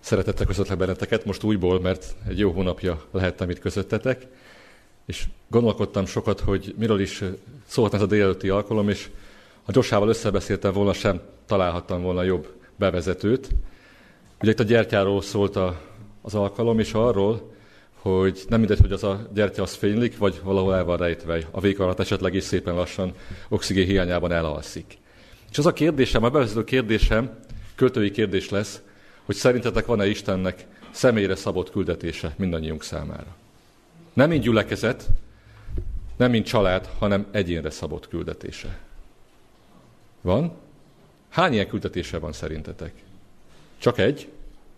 Szeretettel köszöntlek benneteket, most újból, mert egy jó hónapja lehettem itt közöttetek, és gondolkodtam sokat, hogy miről is szólt ez a délelőtti alkalom, és ha Joshával összebeszéltem volna, sem találhattam volna jobb bevezetőt. Ugye itt a gyertyáról szólt az alkalom, és arról, hogy nem mindegy, hogy az a gyertya az fénylik, vagy valahol el van rejtve, a vég alatt esetleg is szépen lassan oxigén hiányában elalszik. És az a kérdésem, a bevezető kérdésem, költői kérdés lesz, hogy szerintetek van-e Istennek személyre szabott küldetése mindannyiunk számára? Nem mint gyülekezet, nem mint család, hanem egyénre szabott küldetése. Van? Hány ilyen küldetése van szerintetek? Csak egy?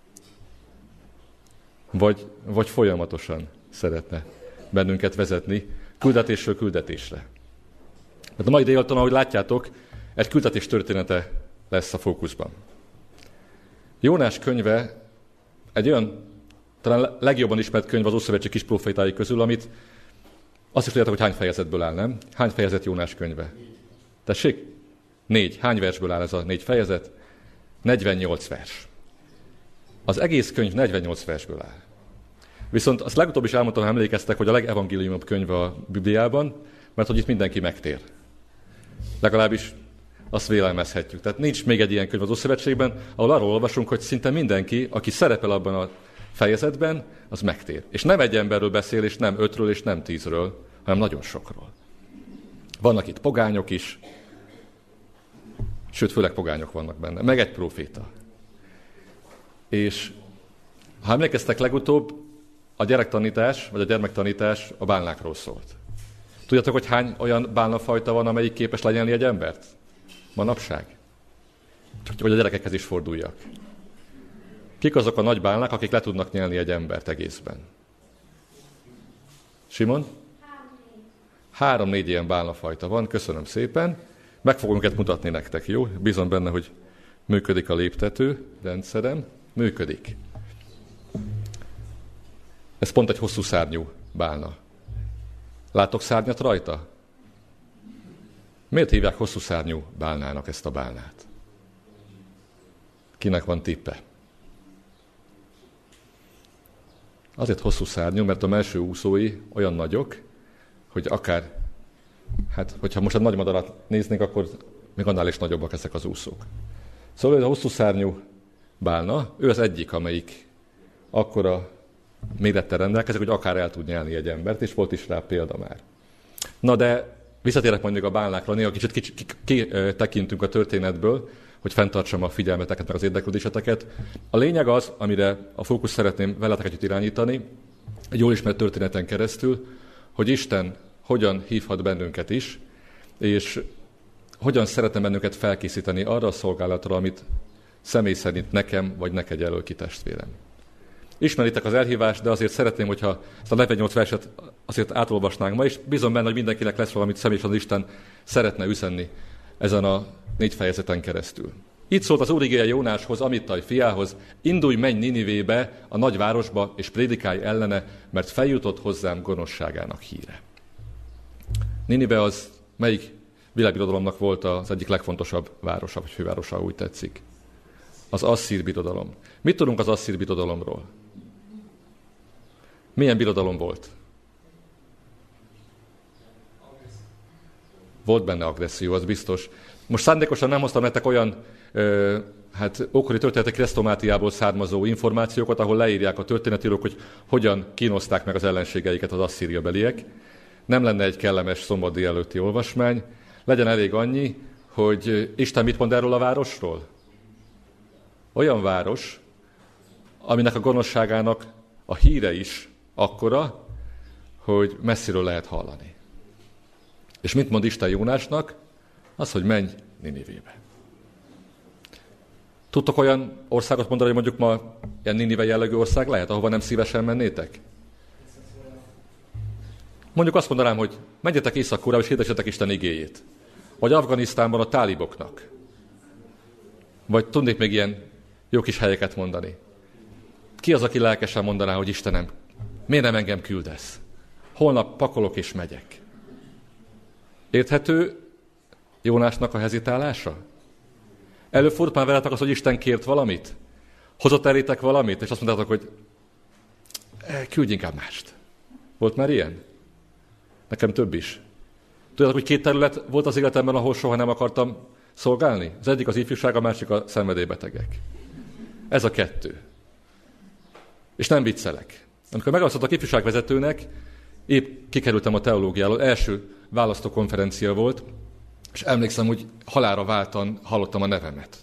Vagy folyamatosan szeretne bennünket vezetni küldetésről küldetésre? Mert a mai délután, ahogy látjátok, egy küldetés története lesz a fókuszban. Jónás könyve egy olyan, talán legjobban ismert könyv az Ószövetség kis profétái közül, amit azt is tudjátok, hogy hány fejezetből áll, nem? Hány fejezet Jónás könyve? Tessék? 4. Hány versből áll ez a 4 fejezet? 48 vers. Az egész könyv 48 versből áll. Viszont azt legutóbb is elmondtam, ha emlékeztek, hogy a legevangéliumabb könyv a Bibliában, mert hogy itt mindenki megtér. Legalábbis azt vélelmezhetjük. Tehát nincs még egy ilyen könyv az Ószövetségben, ahol arról olvasunk, hogy szinte mindenki, aki szerepel abban a fejezetben, az megtér. És nem egy emberről beszél, és nem 5-ről, és nem 10-ről, hanem nagyon sokról. Vannak itt pogányok is, sőt, főleg pogányok vannak benne, meg egy próféta. És ha emlékeztek legutóbb, a gyerektanítás, vagy a gyermektanítás a bálnákról szólt. Tudjátok, hogy hány olyan bálnafajta van, amelyik képes lenyelni egy embert? Manapság? Csak hogy a gyerekekhez is forduljak. Kik azok a nagy bálnák, akik le tudnak nyelni egy embert egészben? Simon? 3-4 ilyen bálnafajta van, köszönöm szépen. Meg fogom őket mutatni nektek, jó? Bízom benne, hogy működik a léptető rendszerem. Működik. Ez pont egy hosszú szárnyú bálna. Látok szárnyat rajta? Miért hívják hosszú szárnyú bálnának ezt a bálnát? Kinek van tippe? Azért hosszú szárnyú, mert a mellső úszói olyan nagyok, hogy akár, hogyha most a nagy madarat néznénk, akkor még annál is nagyobbak ezek az úszók. Szóval ez a hosszú szárnyú bálna, ő az egyik, amelyik akkora mérettel rendelkezik, hogy akár el tud nyelni egy embert, és volt is rá példa már. Na de visszatérek majd még a bálnákra, néha kicsit tekintünk a történetből, hogy fenntartsam a figyelmeteket, meg az érdeklődéseteket. A lényeg az, amire a fókusz szeretném veletek együtt irányítani, egy jól ismert történeten keresztül, hogy Isten hogyan hívhat bennünket is, és hogyan szeretne bennünket felkészíteni arra a szolgálatra, amit személy szerint nekem vagy neked jelöl ki testvérem. Ismeritek az elhívást, de azért szeretném, hogyha ezt a 48 verset azért átolvasnánk ma, és bízom benne, hogy mindenkinek lesz valamit személyesen az Isten szeretne üzenni ezen a 4 fejezeten keresztül. Így szólt az Úr igéje Jónáshoz, Amittai fiához: indulj, menj Ninivébe, a nagyvárosba, és prédikálj ellene, mert feljutott hozzám gonoszságának híre. Ninive az melyik világbirodalomnak volt az egyik legfontosabb városa, vagy fővárosa, úgy tetszik? Az asszír birodalom. Mit tudunk az asszír birodalomról? Milyen birodalom volt? Volt benne agresszió, az biztos. Most szándékosan nem hoztam nektek olyan ókori történetek Kresztomátiából származó információkat, ahol leírják a történetírók, hogy hogyan kínozták meg az ellenségeiket az asszíria beliek. Nem lenne egy kellemes szombat délelőtti olvasmány. Legyen elég annyi, hogy Isten mit mond erről a városról? Olyan város, aminek a gonoszságának a híre is akkora, hogy messziről lehet hallani. És mit mond Isten Jónásnak? Az, hogy menj Ninivébe. Tudtok olyan országot mondani, hogy mondjuk ma ilyen Ninive jellegű ország lehet, ahova nem szívesen mennétek? Mondjuk azt mondanám, hogy menjetek Észak-Koreába és hirdessetek Isten igéjét. Vagy Afganisztánban a táliboknak. Vagy tudnék még ilyen jó kis helyeket mondani. Ki az, aki lelkesen mondaná, hogy Istenem, miért nem engem küldesz? Holnap pakolok és megyek. Érthető Jónásnak a hezitálása? Előfordult már veletek az, hogy Isten kért valamit? Hozott elétek valamit, és azt mondtátok, hogy küldj inkább mást. Volt már ilyen? Nekem több is. Tudjátok, hogy 2 terület volt az életemben, ahol soha nem akartam szolgálni? Az egyik az ifjúság, a másik a szenvedélybetegek. Ez a 2. És nem viccelek. Amikor megválasztottak ifjúságvezetőnek, épp kikerültem a teológiáról, első választókonferencia volt, és emlékszem, hogy halálra váltan hallottam a nevemet.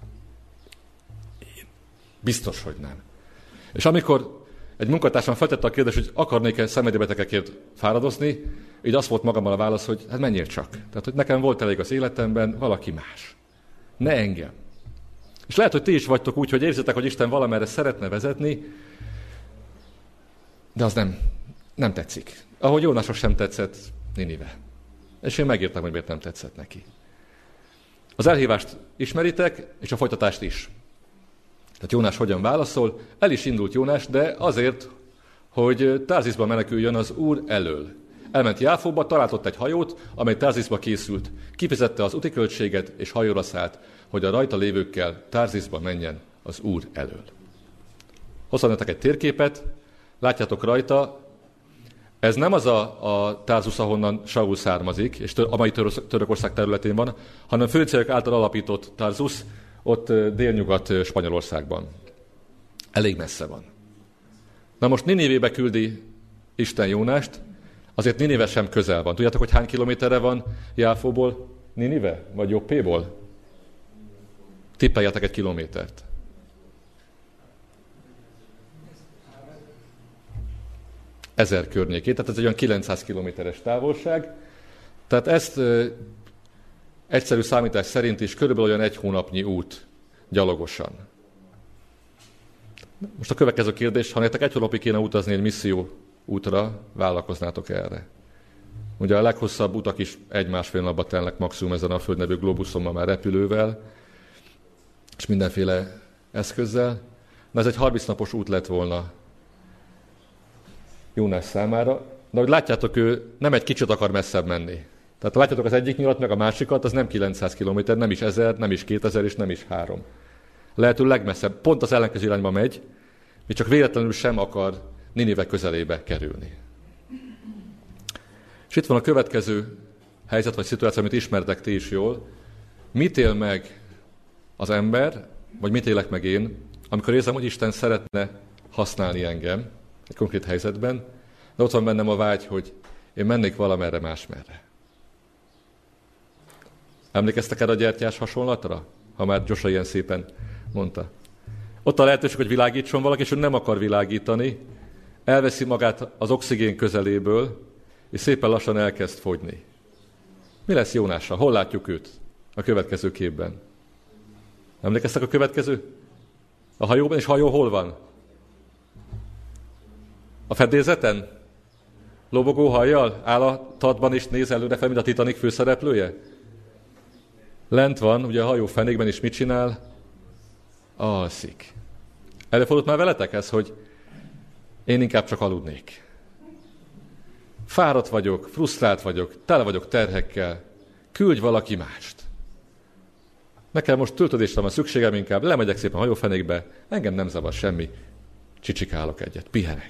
Én biztos, hogy nem. És amikor egy munkatársam feltette a kérdést, hogy akarnék-e szenvedélybetegekért fáradozni, így azt volt magammal a válasz, hogy hát menjél csak. Tehát, hogy nekem volt elég az életemben, valaki más. Ne engem. És lehet, hogy ti is vagytok úgy, hogy érzitek, hogy Isten valamerre szeretne vezetni, de az nem tetszik. Ahogy Jónásnak sem tetszett Ninive. És én megírtam, hogy miért nem tetszett neki. Az elhívást ismeritek, és a folytatást is. Tehát Jónás hogyan válaszol? El is indult Jónás, de azért, hogy Tárzisba meneküljön az Úr elől. Elment Jáfóba, talált ott egy hajót, amely Tárzisba készült. Kifizette az úti költséget, és hajóra szállt, hogy a rajta lévőkkel Tárzisba menjen az Úr elől. Hoztam nektek egy térképet, látjátok rajta, ez nem az a Tarzus, ahonnan Saul származik, és a mai Törökország területén van, hanem főniceok által alapított Tarzus, ott délnyugat Spanyolországban. Elég messze van. Na most Ninivébe küldi Isten Jónást, azért Ninive sem közel van. Tudjátok, hogy hány kilométerre van Jáfóból Ninive, vagy Joppéból? Tippeljetek egy kilométert. 1000 környékét, tehát ez egy olyan 900 kilométeres távolság. Tehát ezt egyszerű számítás szerint is körülbelül olyan 1 hónapnyi út gyalogosan. Most a következő kérdés, ha nektek 1 hónapig kéne utazni egy misszió útra, vállalkoznátok erre? Ugye a leghosszabb utak is 1-1,5 napba telnek maximum ezen a Föld nevű globuszon, ma már repülővel, és mindenféle eszközzel. Na ez egy 30 napos út lett volna Jónás számára, de ahogy látjátok, ő nem egy kicsit akar messzebb menni. Tehát látjátok az egyik nyilat, meg a másikat, az nem 900 kilométer, nem is 1000, nem is 2000, és nem is 3. Lehető legmesszebb, pont az ellenkező irányba megy, még csak véletlenül sem akar Ninive közelébe kerülni. És itt van a következő helyzet, vagy szituáció, amit ismertek ti is jól. Mit él meg az ember, vagy mit élek meg én, amikor érzem, hogy Isten szeretne használni engem egy konkrét helyzetben, de ott van bennem a vágy, hogy én mennék valamerre másmerre. Emlékeztek erre a gyertyás hasonlatra? Ha már Joshua ilyen szépen mondta. Ott a lehetőség, hogy világítson valaki, és ő nem akar világítani, elveszi magát az oxigén közeléből, és szépen lassan elkezd fogyni. Mi lesz Jónással? Hol látjuk őt a következő képben? Emlékeztek a következő? A hajóban, és hajó hol van? A fedélzeten? Lobogó hajjal? Áll a tatban és néz előre fel, mint a Titanic főszereplője? Lent van, ugye a hajó fenékben is mit csinál? Alszik. Előfordult már veletek ez, hogy én inkább csak aludnék. Fáradt vagyok, frusztrált vagyok, tele vagyok terhekkel. Küldj valaki mást. Nekem most töltödésre van szükségem, inkább lemegyek szépen a hajófenékbe, engem nem zavar semmi, csicsikálok egyet, pihenek.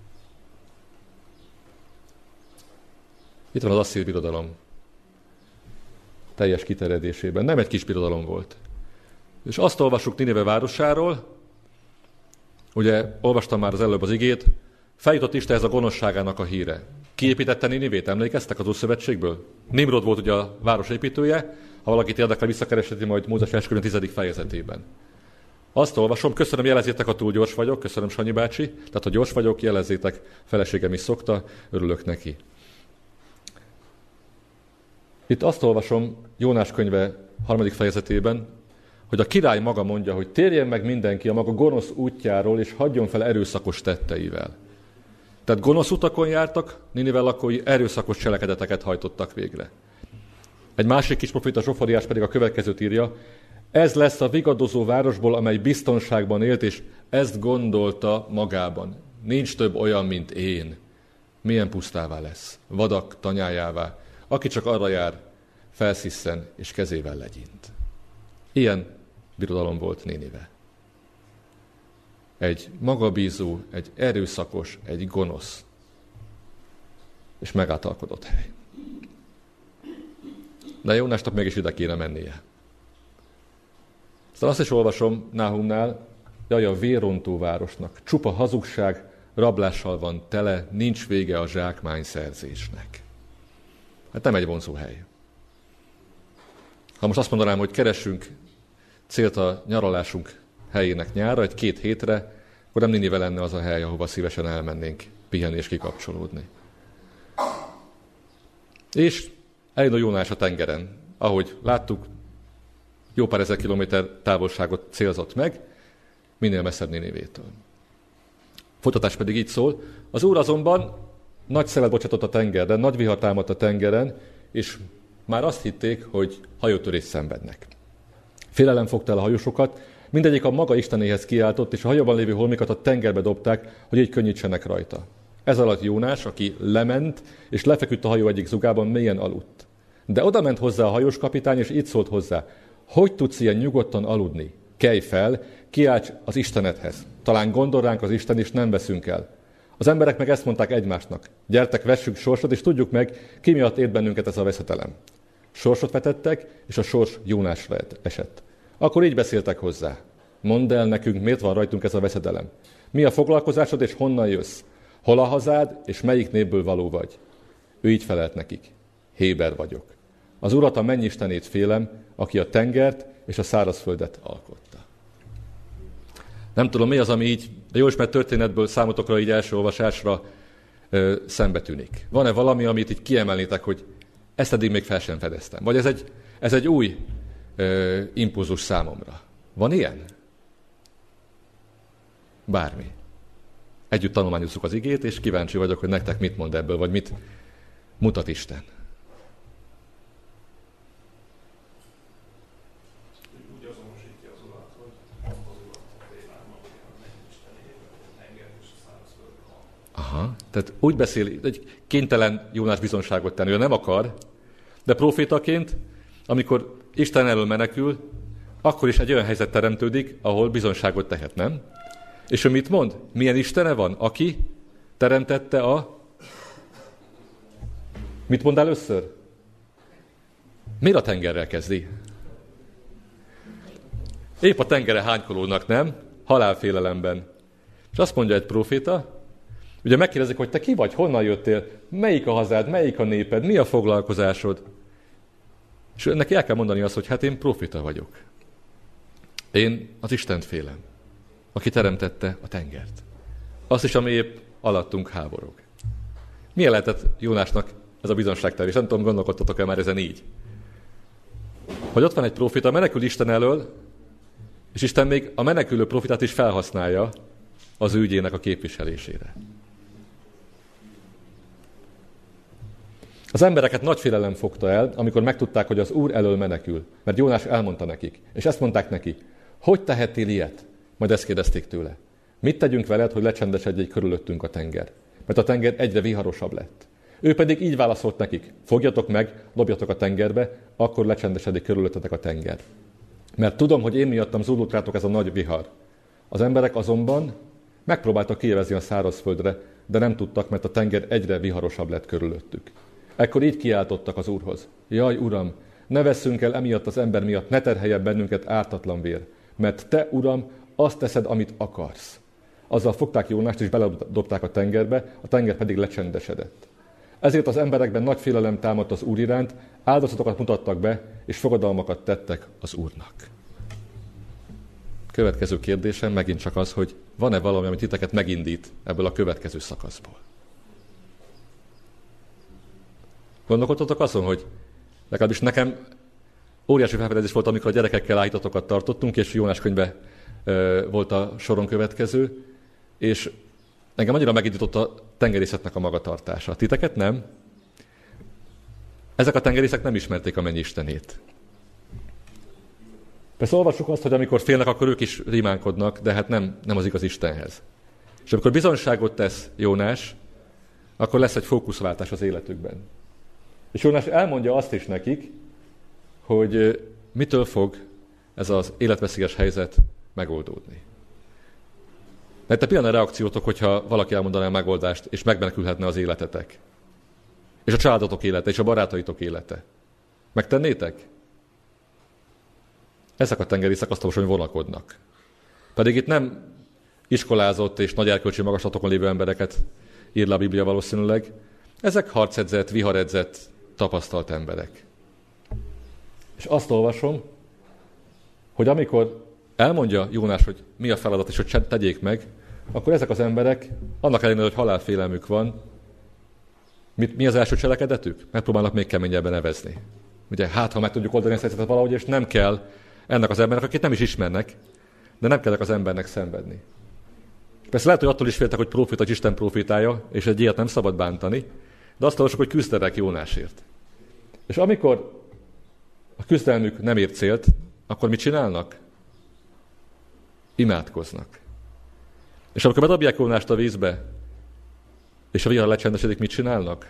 Itt van az Asszír birodalom teljes kiterjedésében. Nem egy kis birodalom volt. És azt olvassuk Ninive városáról, ugye olvastam már az előbb az igét, feljutott Istenhez a gonoszságának a híre. Ki építette Ninivét? Emlékeztek az Ószövetségből? Nimrod volt ugye a városépítője, ha valakit érdekel, visszakeresheti majd Mózes első könyv 10. fejezetében. Azt olvasom, köszönöm, jelezzétek, ha túl gyors vagyok, köszönöm, Sanyi bácsi, tehát ha gyors vagyok, jelezzétek, feleségem is szokta, örülök neki. Itt azt olvasom Jónás könyve 3. fejezetében, hogy a király maga mondja, hogy térjen meg mindenki a maga gonosz útjáról, és hagyjon fel erőszakos tetteivel. Tehát gonosz utakon jártak, Ninive lakói erőszakos cselekedeteket hajtottak végre. Egy másik kis proféta Zsofariás pedig a következőt írja, ez lesz a vigadozó városból, amely biztonságban élt, és ezt gondolta magában. Nincs több olyan, mint én. Milyen pusztává lesz, vadak tanyájává, aki csak arra jár, felszisszen és kezével legyint. Ilyen birodalom volt Ninive. egy magabízó, egy erőszakos, egy gonosz és megáltalkodott hely. De Jónásnak mégis ide kéne mennie. Aztán azt is olvasom Náhumnál, jaj, a vérrontó városnak, csupa hazugság, rablással van tele, nincs vége a zsákmányszerzésnek. Hát nem egy vonzó hely. Ha most azt mondanám, hogy keressünk célt a nyaralásunk helyének nyárra, egy 2 hétre, akkor nem Ninive lenne az a hely, ahova szívesen elmennénk pihenni és kikapcsolódni. És elindul Jónás a tengeren. Ahogy láttuk, jó pár ezer kilométer távolságot célzott meg, minél messzebb Ninivétől. Folytatás pedig így szól. Az Úr azonban nagy szelet bocsátott a tengerre, nagy vihar támadt a tengeren, és már azt hitték, hogy hajótörést szenvednek. Félelem fogta el a hajósokat, mindegyik a maga istenéhez kiáltott, és a hajóban lévő holmikat a tengerbe dobták, hogy így könnyítsenek rajta. Ez alatt Jónás, aki lement, és lefeküdt a hajó egyik zugában, mélyen aludt. De oda ment hozzá a hajós kapitány, és így szólt hozzá: hogy tudsz ilyen nyugodtan aludni? Kelj fel, kiálts az Istenedhez. Talán gondol ránk az Isten, és nem veszünk el. Az emberek meg ezt mondták egymásnak: gyertek, vessük sorsot, és tudjuk meg, ki miatt ért bennünket ez a veszedelem. Sorsot vetettek, és a sors Jónásra esett. Akkor így beszéltek hozzá: mondd el nekünk, miért van rajtunk ez a veszedelem? Mi a foglalkozásod, és honnan jössz? Hol a hazád, és melyik népből való vagy? Ő így felelt nekik: Héber vagyok. Az Urat, a mennyistenét félem, aki a tengert és a szárazföldet alkotta. Nem tudom, mi az, ami így a jól ismert történetből számotokra így első olvasásra szembe tűnik. Van-e valami, amit így kiemelnétek, hogy ezt eddig még fel sem fedeztem? Vagy ez egy új impulzus számomra? Van ilyen? Bármi. Együtt tanulmányozzuk az igét, és kíváncsi vagyok, hogy nektek mit mond ebből, vagy mit mutat Isten. Úgy azonosítja az Urat, hogy az Urat a félelme, hogy a mennyistenével, a tenger és a szárazföld van. Aha, tehát úgy beszél, egy kénytelen Jónás bizonságot tenni, ő nem akar, de profétaként, amikor Isten elől menekül, akkor is egy olyan helyzet teremtődik, ahol bizonságot tehet, nem? És ő mit mond? Milyen Istene van, aki teremtette a... Mit mond először? Miért a tengerrel kezdi? Épp a tengere hánykolódnak, nem? Halálfélelemben. És azt mondja egy próféta, ugye megkérdezik, hogy te ki vagy, honnan jöttél, melyik a hazád, melyik a néped, mi a foglalkozásod? És neki el kell mondani azt, hogy hát én próféta vagyok. Én az Istent félem, aki teremtette a tengert. Azt is, ami épp alattunk háborog. Milyen lehetett Jónásnak ez a bizonságtevés? Nem tudom, gondolkodtatok-e már ezen így? Hogy ott van egy próféta, menekül Isten elől, és Isten még a menekülő prófétát is felhasználja az ügyének a képviselésére. Az embereket nagy félelem fogta el, amikor megtudták, hogy az Úr elől menekül, mert Jónás elmondta nekik, és ezt mondták neki: hogy tehettél ilyet? Majd ezt kérdezték tőle: mit tegyünk veled, hogy lecsendesedjék körülöttünk a tenger? Mert a tenger egyre viharosabb lett. Ő pedig így válaszolt nekik: fogjatok meg, dobjatok a tengerbe, akkor lecsendesedik körülöttetek a tenger. Mert tudom, hogy én miattam zúdult rátok ez a nagy vihar. Az emberek azonban megpróbáltak kijövezni a szárazföldre, de nem tudtak, mert a tenger egyre viharosabb lett körülöttük. Ekkor így kiáltottak az Úrhoz: jaj, Uram, ne vesszünk el emiatt az ember miatt, ne terheljen bennünket ártatlan vér, mert te, Uram, azt teszed, amit akarsz. Azzal fogták Jónást, és beledobták a tengerbe, a tenger pedig lecsendesedett. Ezért az emberekben nagy félelem támadt az Úr iránt, áldozatokat mutattak be, és fogadalmakat tettek az Úrnak. Következő kérdésem megint csak az, hogy van-e valami, ami titeket megindít ebből a következő szakaszból? Gondolkodtatok azon, hogy legalábbis nekem óriási felfedezés volt, amikor a gyerekekkel állítatokat tartottunk, és Jónás könyve volt a soron következő, és engem annyira megindított a tengerészetnek a magatartása. Titeket nem? Ezek a tengerészek nem ismerték a mennyistenét. Persze olvassuk azt, hogy amikor félnek, akkor ők is rimánkodnak, de hát nem az igaz Istenhez. És amikor bizonyságot tesz Jónás, akkor lesz egy fókuszváltás az életükben. És Jónás elmondja azt is nekik, hogy mitől fog ez az életveszélyes helyzet megoldódni. Mert pillanat a reakciótok, hogyha valaki elmondaná a megoldást, és megmenekülhetne az életetek. És a családotok élete, és a barátaitok élete. Megtennétek? Ezek a tengerészek azt olvasom, hogy vonakodnak. Pedig itt nem iskolázott és nagy erkölcsi magaslatokon lévő embereket ír le a Biblia valószínűleg. Ezek harcedzett, viharedzett, tapasztalt emberek. És azt olvasom, hogy amikor elmondja Jónás, hogy mi a feladat, és hogy tegyék meg, akkor ezek az emberek, annak ellenére, hogy halálfélelmük van, mi az első cselekedetük? Megpróbálnak még keményebben nevezni. Ugye, ha meg tudjuk oldani ezt a helyzetet valahogy, és nem kell ennek az embernek, akit nem is ismernek, de nem kell az embernek szenvedni. Persze lehet, hogy attól is féltek, hogy profita, hogy Isten profétája, és egy ilyet nem szabad bántani, de azt olvasok, hogy küzdenek Jónásért. És amikor a küzdelmük nem ér célt, akkor mit csinálnak? Imádkoznak. És amikor bedobják Jónást a vízbe, és a vihar lecsendesedik, mit csinálnak?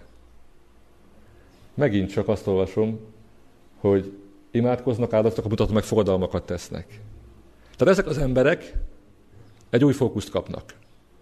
Megint csak azt olvasom, hogy imádkoznak, áldoznak, mutatnak, meg fogadalmakat tesznek. Tehát ezek az emberek egy új fókuszt kapnak.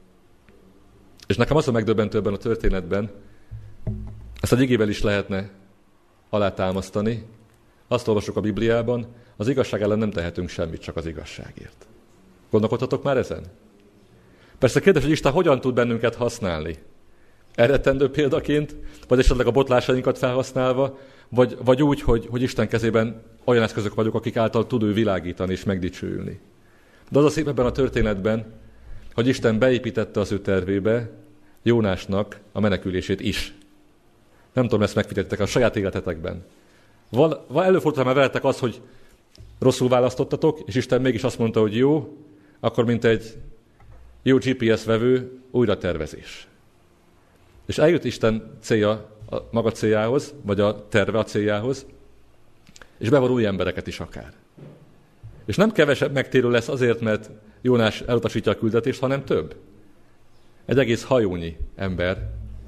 És nekem az a megdöbbentő ebben a történetben, ezt egy igével is lehetne alátámasztani, azt olvasok a Bibliában, az igazság ellen nem tehetünk semmit, csak az igazságért. Gondolkodhatok már ezen? Persze kérdés, hogy Isten hogyan tud bennünket használni? Elrettentő példaként, vagy esetleg a botlásainkat felhasználva, vagy úgy, hogy Isten kezében olyan eszközök vagyok, akik által tud ő világítani és megdicsőülni. De az a szép ebben a történetben, hogy Isten beépítette az ő tervébe Jónásnak a menekülését is. Nem tudom, ezt megfigyeltek a saját életetekben. Előfordult már veletek az, hogy rosszul választottatok, és Isten mégis azt mondta, hogy jó, akkor mint egy jó GPS vevő, újra tervezés. És eljött Isten célja a maga céljához, vagy a terve a céljához, és bevon új embereket is akár. És nem kevesebb megtérő lesz azért, mert Jónás elutasítja a küldetést, hanem több. Egy egész hajónyi ember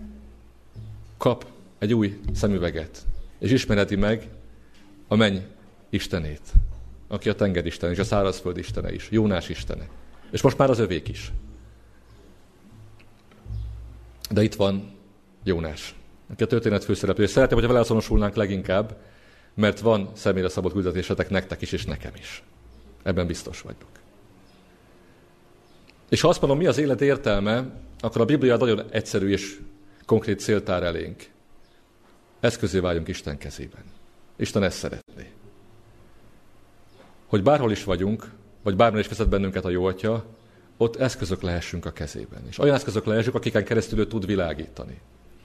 kap egy új szemüveget, és ismerheti meg a menny istenét, aki a tenger istene, és a szárazföld istene is, Jónás istene. És most már az övék is. De itt van Jónás, aki a történet főszereplője. Szeretném, hogyha vele azonosulnánk leginkább, mert van személyre szabott küldetésetek nektek is, és nekem is. Ebben biztos vagyok. És ha azt mondom, mi az élet értelme, akkor a Biblia nagyon egyszerű és konkrét céltár elénk. Eszközé váljunk Isten kezében. Isten ezt szeretné. Hogy bárhol is vagyunk, vagy bármilyen is vezet bennünket a jó Atya, ott eszközök lehessünk a kezében. És olyan eszközök lehessünk, akiken keresztül ő tud világítani.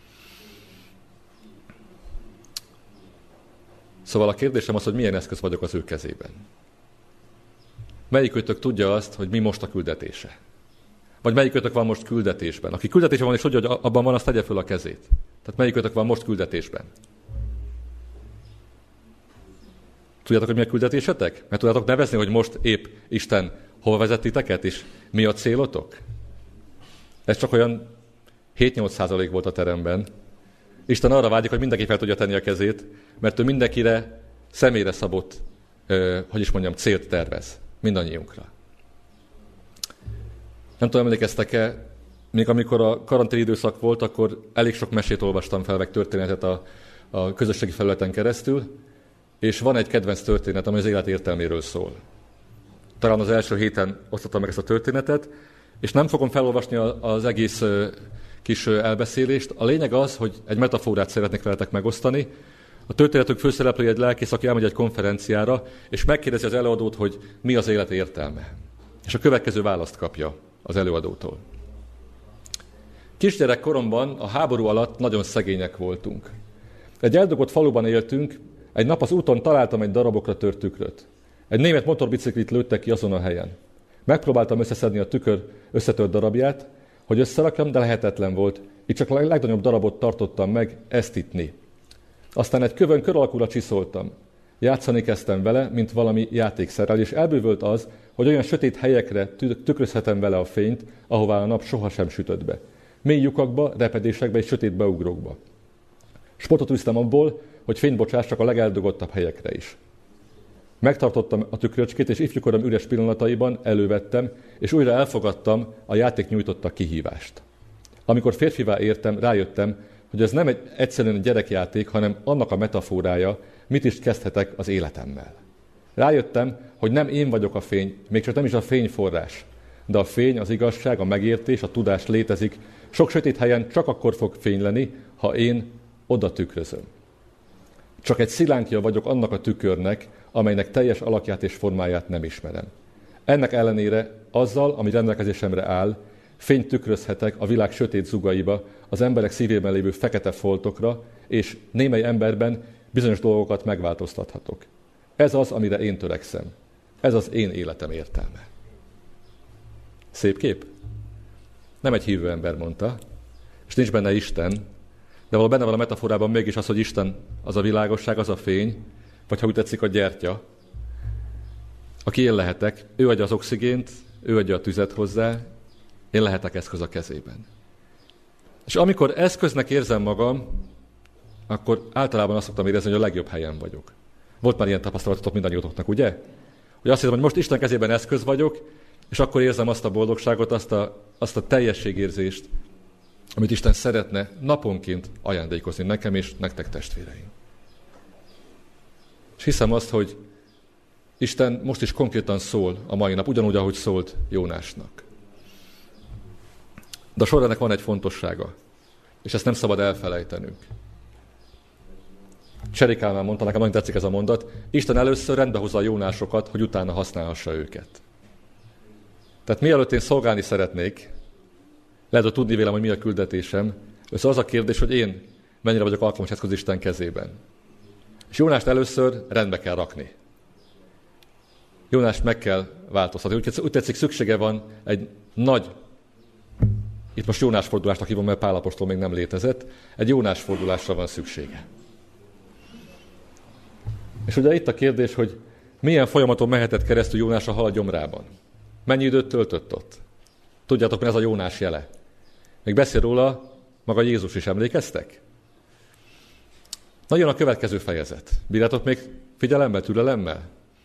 Szóval a kérdésem az, hogy milyen eszköz vagyok az ő kezében. Melyikőtök tudja azt, hogy mi most a küldetése? Vagy melyikőtök van most küldetésben? Aki küldetésben van és tudja, hogy abban van, azt tegye föl a kezét. Tehát melyikőtök van most küldetésben? Tudjátok, hogy mi a küldetésetek? Mert tudjátok nevezni, hogy most épp Isten hol vezet titeket, és mi a célotok? Ez csak olyan 7-8% volt a teremben. Isten arra vágyik, hogy mindenki fel tudja tenni a kezét, mert ő mindenkire személyre szabott, célt tervez. Mindannyiunkra. Nem tudom, emlékeztek-e, még amikor a karanténi időszak volt, akkor elég sok mesét olvastam fel, meg történetet a közösségi felületen keresztül, és van egy kedvenc történet, ami az élet értelméről szól. Talán az első héten osztottam meg ezt a történetet, és nem fogom felolvasni az egész kis elbeszélést. A lényeg az, hogy egy metaforát szeretnék veletek megosztani. A történetünk főszereplője egy lelkész, aki elmegy egy konferenciára, és megkérdezi az előadót, hogy mi az élet értelme. És a következő választ kapja az előadótól. Kisgyerek koromban a háború alatt nagyon szegények voltunk. Egy eldugott faluban éltünk, egy nap az úton találtam egy darabokra tört tükröt. Egy német motorbiciklit lőttek ki azon a helyen. Megpróbáltam összeszedni a tükör összetört darabját, hogy összerakjam, de lehetetlen volt. Így csak a legnagyobb darabot tartottam meg, ezt itni. Aztán egy kövön kör alakúra csiszoltam. Játszani kezdtem vele, mint valami játékszerrel, és elbűvölt az, hogy olyan sötét helyekre tükrözhetem vele a fényt, ahová a nap sohasem sütött be. Mély lyukakba, repedésekbe és sötét beugrokba. Sportot üztem abból, hogy fényt bocsássak a legeldugottabb helyekre is. Megtartottam a tükröcskét, és ifjúkorom üres pillanataiban elővettem, és újra elfogadtam a játék nyújtotta kihívást. Amikor férfivá értem, rájöttem, hogy ez nem egyszerűen egy gyerekjáték, hanem annak a metaforája, mit is kezdhetek az életemmel. Rájöttem, hogy nem én vagyok a fény, még csak nem is a fény forrás, de a fény, az igazság, a megértés, a tudás létezik, sok sötét helyen csak akkor fog fényleni, ha én oda tükrözöm. Csak egy szilánkja vagyok annak a tükörnek, amelynek teljes alakját és formáját nem ismerem. Ennek ellenére azzal, ami rendelkezésemre áll, fényt tükrözhetek a világ sötét zugaiba, az emberek szívében lévő fekete foltokra, és némely emberben bizonyos dolgokat megváltoztathatok. Ez az, amire én törekszem. Ez az én életem értelme. Szép kép? Nem egy hívő ember mondta, és nincs benne Isten, de valahol benne van a metaforában mégis az, hogy Isten az a világosság, az a fény, vagy ha úgy tetszik, a gyertya, aki én lehetek, ő adja az oxigént, ő adja a tüzet hozzá, én lehetek eszköz a kezében. És amikor eszköznek érzem magam, akkor általában azt szoktam érezni, hogy a legjobb helyen vagyok. Volt már ilyen tapasztalatotok mindannyiótoknak, ugye? Hogy azt hiszem, hogy most Isten kezében eszköz vagyok, és akkor érzem azt a boldogságot, azt a teljességérzést, amit Isten szeretne naponként ajándékozni nekem és nektek, testvéreim. És hiszem azt, hogy Isten most is konkrétan szól a mai nap, ugyanúgy, ahogy szólt Jónásnak. De a sorrának van egy fontossága, és ezt nem szabad elfelejtenünk. Cseri Kálmán mondta, nekem nagyon tetszik ez a mondat, Isten először rendbehozza a jónásokat, hogy utána használhassa őket. Tehát mielőtt én szolgálni szeretnék, lehet, hogy tudni vélem, hogy mi a küldetésem, az a kérdés, hogy én mennyire vagyok alkalmas eszköz Isten kezében. És Jónást először rendbe kell rakni. Jónást meg kell változtatni. Úgy tetszik, szüksége van egy nagy, itt most Jónás fordulásnak hívom, mert Pál apostol még nem létezett, egy Jónás fordulásra van szüksége. És ugye itt a kérdés, hogy milyen folyamaton mehetett keresztül Jónás a hal gyomrában. Mennyi időt töltött ott? Tudjátok, mi ez a Jónás jele? Még beszél róla maga Jézus is, emlékeztek? Nagyon a következő fejezet. Bírjátok még figyelemmel, türelemmel?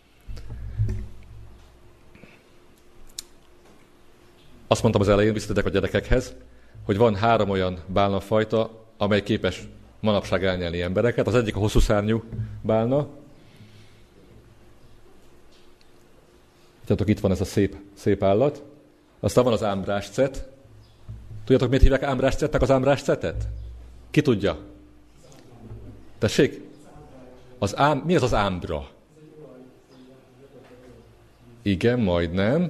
Azt mondtam az elején, visszatérek a gyerekekhez, hogy van 3 olyan bálnafajta, amely képes manapság elnyelni embereket. Az egyik a hosszú szárnyú bálna. Tudjátok, itt van ez a szép állat. Aztán van az ámbráscet. Tudjátok, miért hívják ámbráscetnek az ámbráscetet? Ki tudja? Tessék? Mi az az ámbra? Igen, majdnem.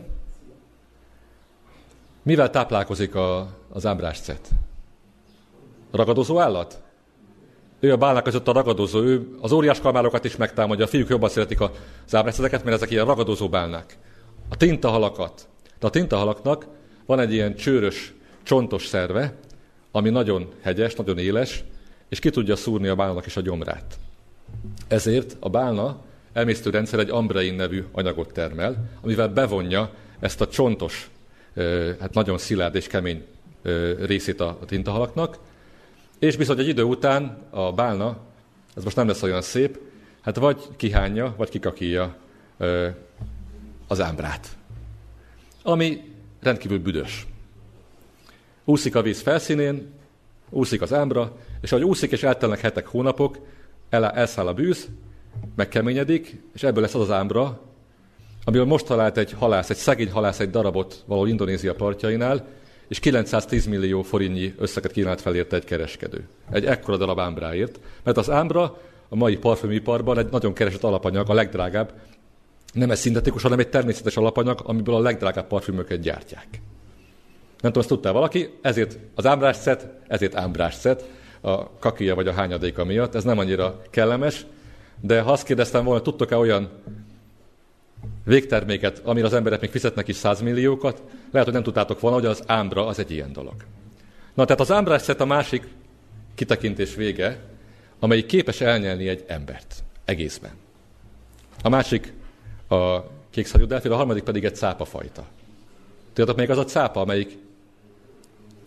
Mivel táplálkozik az ámbráscet? Ragadozó állat? Ő a bálnák között a ragadozó, ő az óriás kalmárokat is megtámadja, a fiúk jobban szeretik az ámbrásceteket, mert ezek ilyen ragadozó bálnák. A tintahalakat. De a tintahalaknak van egy ilyen csőrös, csontos szerve, ami nagyon hegyes, nagyon éles, és ki tudja szúrni a bálnának is a gyomrát. Ezért a bálna emésztőrendszer egy ambrein nevű anyagot termel, amivel bevonja ezt a csontos, hát nagyon szilárd és kemény részét a tintahalaknak, és bizony egy idő után a bálna, ez most nem lesz olyan szép, hát vagy kihányja, vagy kikakíja az ámbrát. Ami rendkívül büdös. Úszik a víz felszínén, úszik az ámbra, és ahogy úszik és eltelnek hetek, hónapok, elszáll a bűz, megkeményedik, és ebből lesz az ámbra, amiből most talált egy szegény halász egy darabot valahol Indonézia partjainál, és 910 millió forintnyi összeget kínált fel érte egy kereskedő. Egy ekkora darab ámbráért, mert az ámbra a mai parfümiparban egy nagyon keresett alapanyag, a legdrágább, nem egy szintetikus, hanem egy természetes alapanyag, amiből a legdrágább parfümöket gyártják. Nem tudom, ezt tudtál valaki, ezért az ámbráscet, ezért ámbráscet, a kakija vagy a hányadéka miatt. Ez nem annyira kellemes, de ha azt kérdeztem volna, tudtok-e olyan végterméket, amire az emberek még fizetnek is 100 milliókat, lehet, hogy nem tudtátok volna, hogy az ámbra az egy ilyen dolog. Na, tehát az ámbráscet a másik kitekintés vége, amelyik képes elnyelni egy embert egészben. A másik a kékszárnyú delfin, a harmadik pedig egy cápafajta. Tudjátok, még az a cápa, amelyik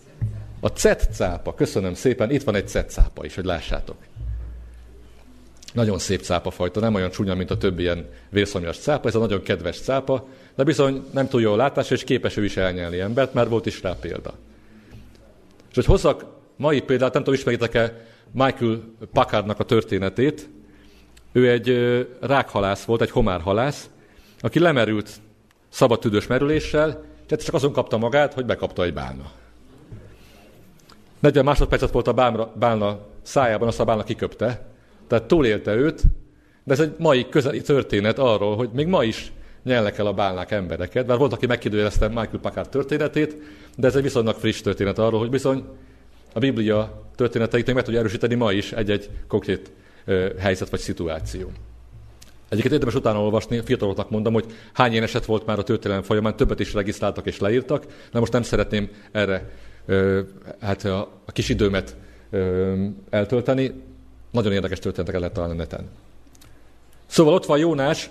a cetcápa, köszönöm szépen, itt van egy cetcápa is, hogy lássátok. Nagyon szép cápafajta, nem olyan csúnya, mint a többi ilyen vérszomjas cápa, ez a nagyon kedves cápa, de bizony nem túl jó látásra, és képes ő is elnyelni embert, már volt is rá példa. És hogy hozzak mai példát, nem tudom, ismeritek-e Michael Packardnak a történetét. Ő egy rákhalász volt, egy homárhalász, aki lemerült szabadtüdős merüléssel, tehát csak azon kapta magát, hogy bekapta egy bálna. 40 másodpercet volt a bálna szájában, azt a bálna kiköpte, tehát túlélte őt, de ez egy mai közeli történet arról, hogy még ma is nyelnek el a bálnák embereket, bár volt, aki megkérdőjelezte Michael Packard történetét, de ez egy viszonylag friss történet arról, hogy bizony a Biblia történeteit még meg tudja erősíteni ma is egy-egy konkrét helyzet vagy szituáció. Egyébként érdemes utána olvasni, fiataloknak mondom, hogy hány ilyen eset volt már a történelem folyamán, többet is regisztráltak és leírtak, de most nem szeretném erre a kis időmet eltölteni. Nagyon érdekes történeteket lehet találni a neten. Szóval ott van Jónás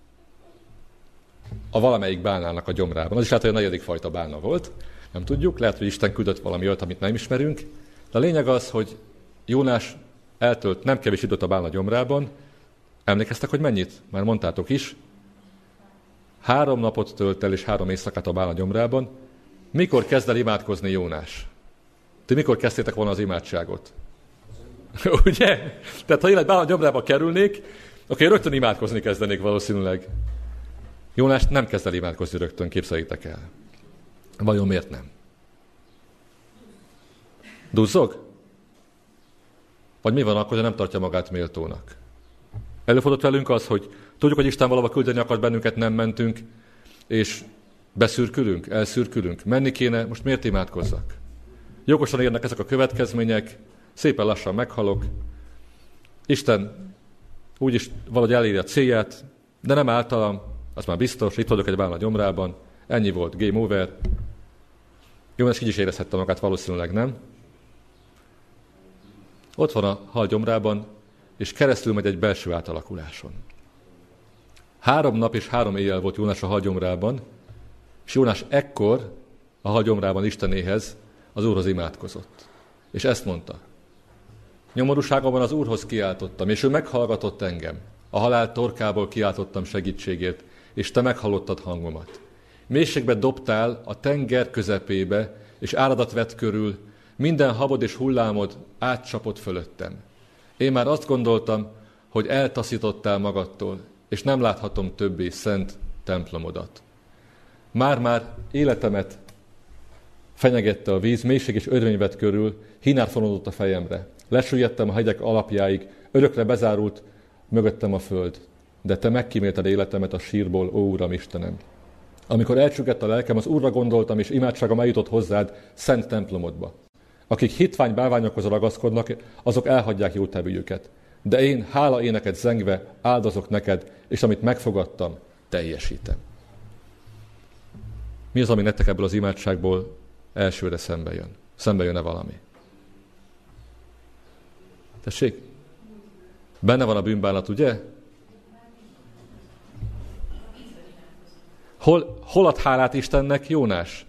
a valamelyik bálnának a gyomrában. Az is lehet, hogy a 4. fajta bálna volt, nem tudjuk, lehet, hogy Isten küldött valami olyat, amit nem ismerünk, de a lényeg az, hogy Jónás eltölt nem kevés időt a bálna gyomrában. Emlékeztek, hogy mennyit? Már mondtátok is. 3 napot tölt el és 3 éjszakát a bálna gyomrában. Mikor kezd el imádkozni Jónás? Ti mikor kezdtétek volna az imádságot? Ugye? Tehát ha én egy bálna gyomrába kerülnék, akkor rögtön imádkozni kezdenék valószínűleg. Jónás nem kezd el imádkozni rögtön, képzeljétek el. Vajon miért nem? Duzzog? Vagy mi van akkor, ha nem tartja magát méltónak? Előfordult velünk az, hogy tudjuk, hogy Isten valahova küldeni akart bennünket, nem mentünk, és beszürkülünk, elszürkülünk. Menni kéne, most miért imádkozzak? Jogosan érnek ezek a következmények, szépen lassan meghalok. Isten úgyis valahogy eléri a célját, de nem általam, az már biztos, itt vagyok egy bálna gyomrában, ennyi volt, game over. Jónás így is érezhette magát, valószínűleg nem. Ott van a hal gyomrában, és keresztül megy egy belső átalakuláson. 3 nap és 3 éjjel volt Jónás a hal gyomrában, és Jónás ekkor a hal gyomrában Istenéhez, az Úrhoz imádkozott. És ezt mondta. Nyomorúságomban az Úrhoz kiáltottam, és ő meghallgatott engem. A halál torkából kiáltottam segítségért, és te meghallottad hangomat. Mélységbe dobtál a tenger közepébe, és áradat vett körül, minden habod és hullámod átcsapott fölöttem. Én már azt gondoltam, hogy eltaszítottál magadtól, és nem láthatom többé szent templomodat. Már életemet fenyegette a víz, mélység és örvény vett körül, hínár fonódott a fejemre. Lesüllyedtem a hegyek alapjáig, örökre bezárult mögöttem a föld. De te megkímélted életemet a sírból, ó Uram Istenem. Amikor elcsüggett a lelkem, az Úrra gondoltam, és imádságom eljutott hozzád szent templomodba. Akik hitvány bálványokhoz ragaszkodnak, azok elhagyják jótevőjüket. De én hála éneket zengve áldozok neked, és amit megfogadtam, teljesítem. Mi az, ami nektek ebből az imádságból elsőre szembe jön? Szembe jön-e valami? Tessék? Benne van a bűnbánat, ugye? Hol ad hálát Istennek Jónás?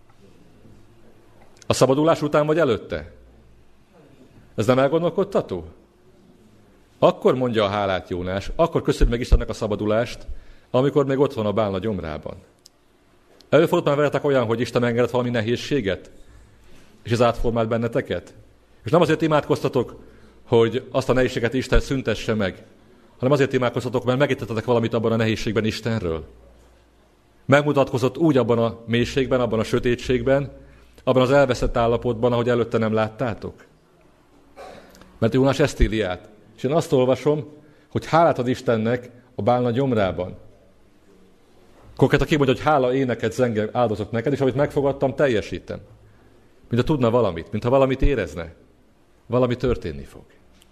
A szabadulás után vagy előtte? Ez nem elgondolkodtató? Akkor mondja a hálát Jónás, akkor köszönj meg Istennek a szabadulást, amikor még ott van a bálna gyomrában. Előfordult már veletek olyan, hogy Isten engedett valami nehézséget, és ez átformált benneteket? És nem azért imádkoztatok, hogy azt a nehézséget Isten szüntesse meg, hanem azért imádkoztatok, mert megértettetek valamit abban a nehézségben Istenről. Megmutatkozott úgy abban a mélységben, abban a sötétségben, abban az elveszett állapotban, ahogy előtte nem láttátok. Mert Jónás ezt éli át. És én azt olvasom, hogy hálát ad Istennek a bálna gyomrában. Konkrétan kimondja, hogy hála éneket zengem áldozok neked, és amit megfogadtam, teljesítem. Mintha tudna valamit, mintha valamit érezne. Valami történni fog.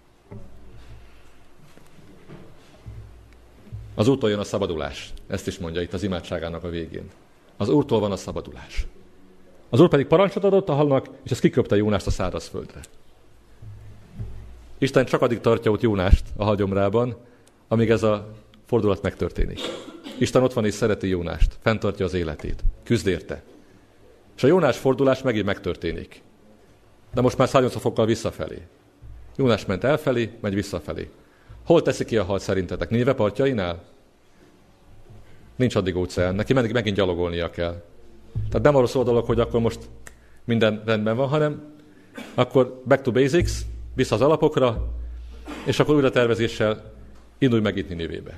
Az Úrtól jön a szabadulás. Ezt is mondja itt az imádságának a végén. Az Úrtól van a szabadulás. Az Úr pedig parancsot adott a halnak, és ez kiköpte Jónást a szárazföldre. Isten csak addig tartja ott Jónást a halgyomrában, amíg ez a fordulat megtörténik. Isten ott van és szereti Jónást, fenntartja az életét, küzd érte. És a Jónás fordulás megint megtörténik. De most már 180 fokkal visszafelé. Jónás ment elfelé, megy visszafelé. Hol teszi ki a halt szerintetek? Nínive partjainál? Nincs addig óceán, neki megint gyalogolnia kell. Tehát nem arról szól a dolog, hogy akkor most minden rendben van, hanem akkor back to basics, vissza az alapokra, és akkor újra tervezéssel indulj meg itt Ninivébe.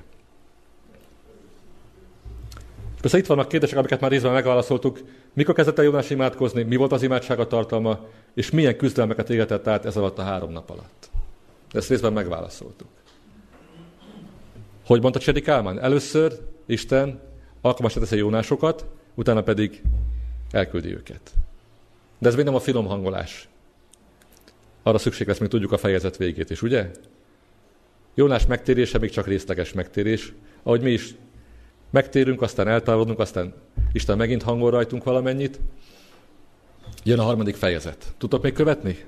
Persze itt vannak kérdések, amiket már részben megválaszoltuk. Mikor kezdett el Jónás imádkozni, mi volt az imádsága tartalma, és milyen küzdelmeket égetett át ez alatt a 3 nap alatt. De ezt részben megválaszoltuk. Hogy mondta Csedi Kálmán? Először Isten alkalmasra teszi Jónásokat, utána pedig elküldi őket. De ez még nem a finom hangolás. Arra szükség lesz, még tudjuk a fejezet végét is, ugye? Jónás megtérése még csak részleges megtérés, ahogy mi is megtérünk, aztán eltávolodunk, aztán Isten megint hangol rajtunk valamennyit. Jön a 3. fejezet. Tudtok még követni?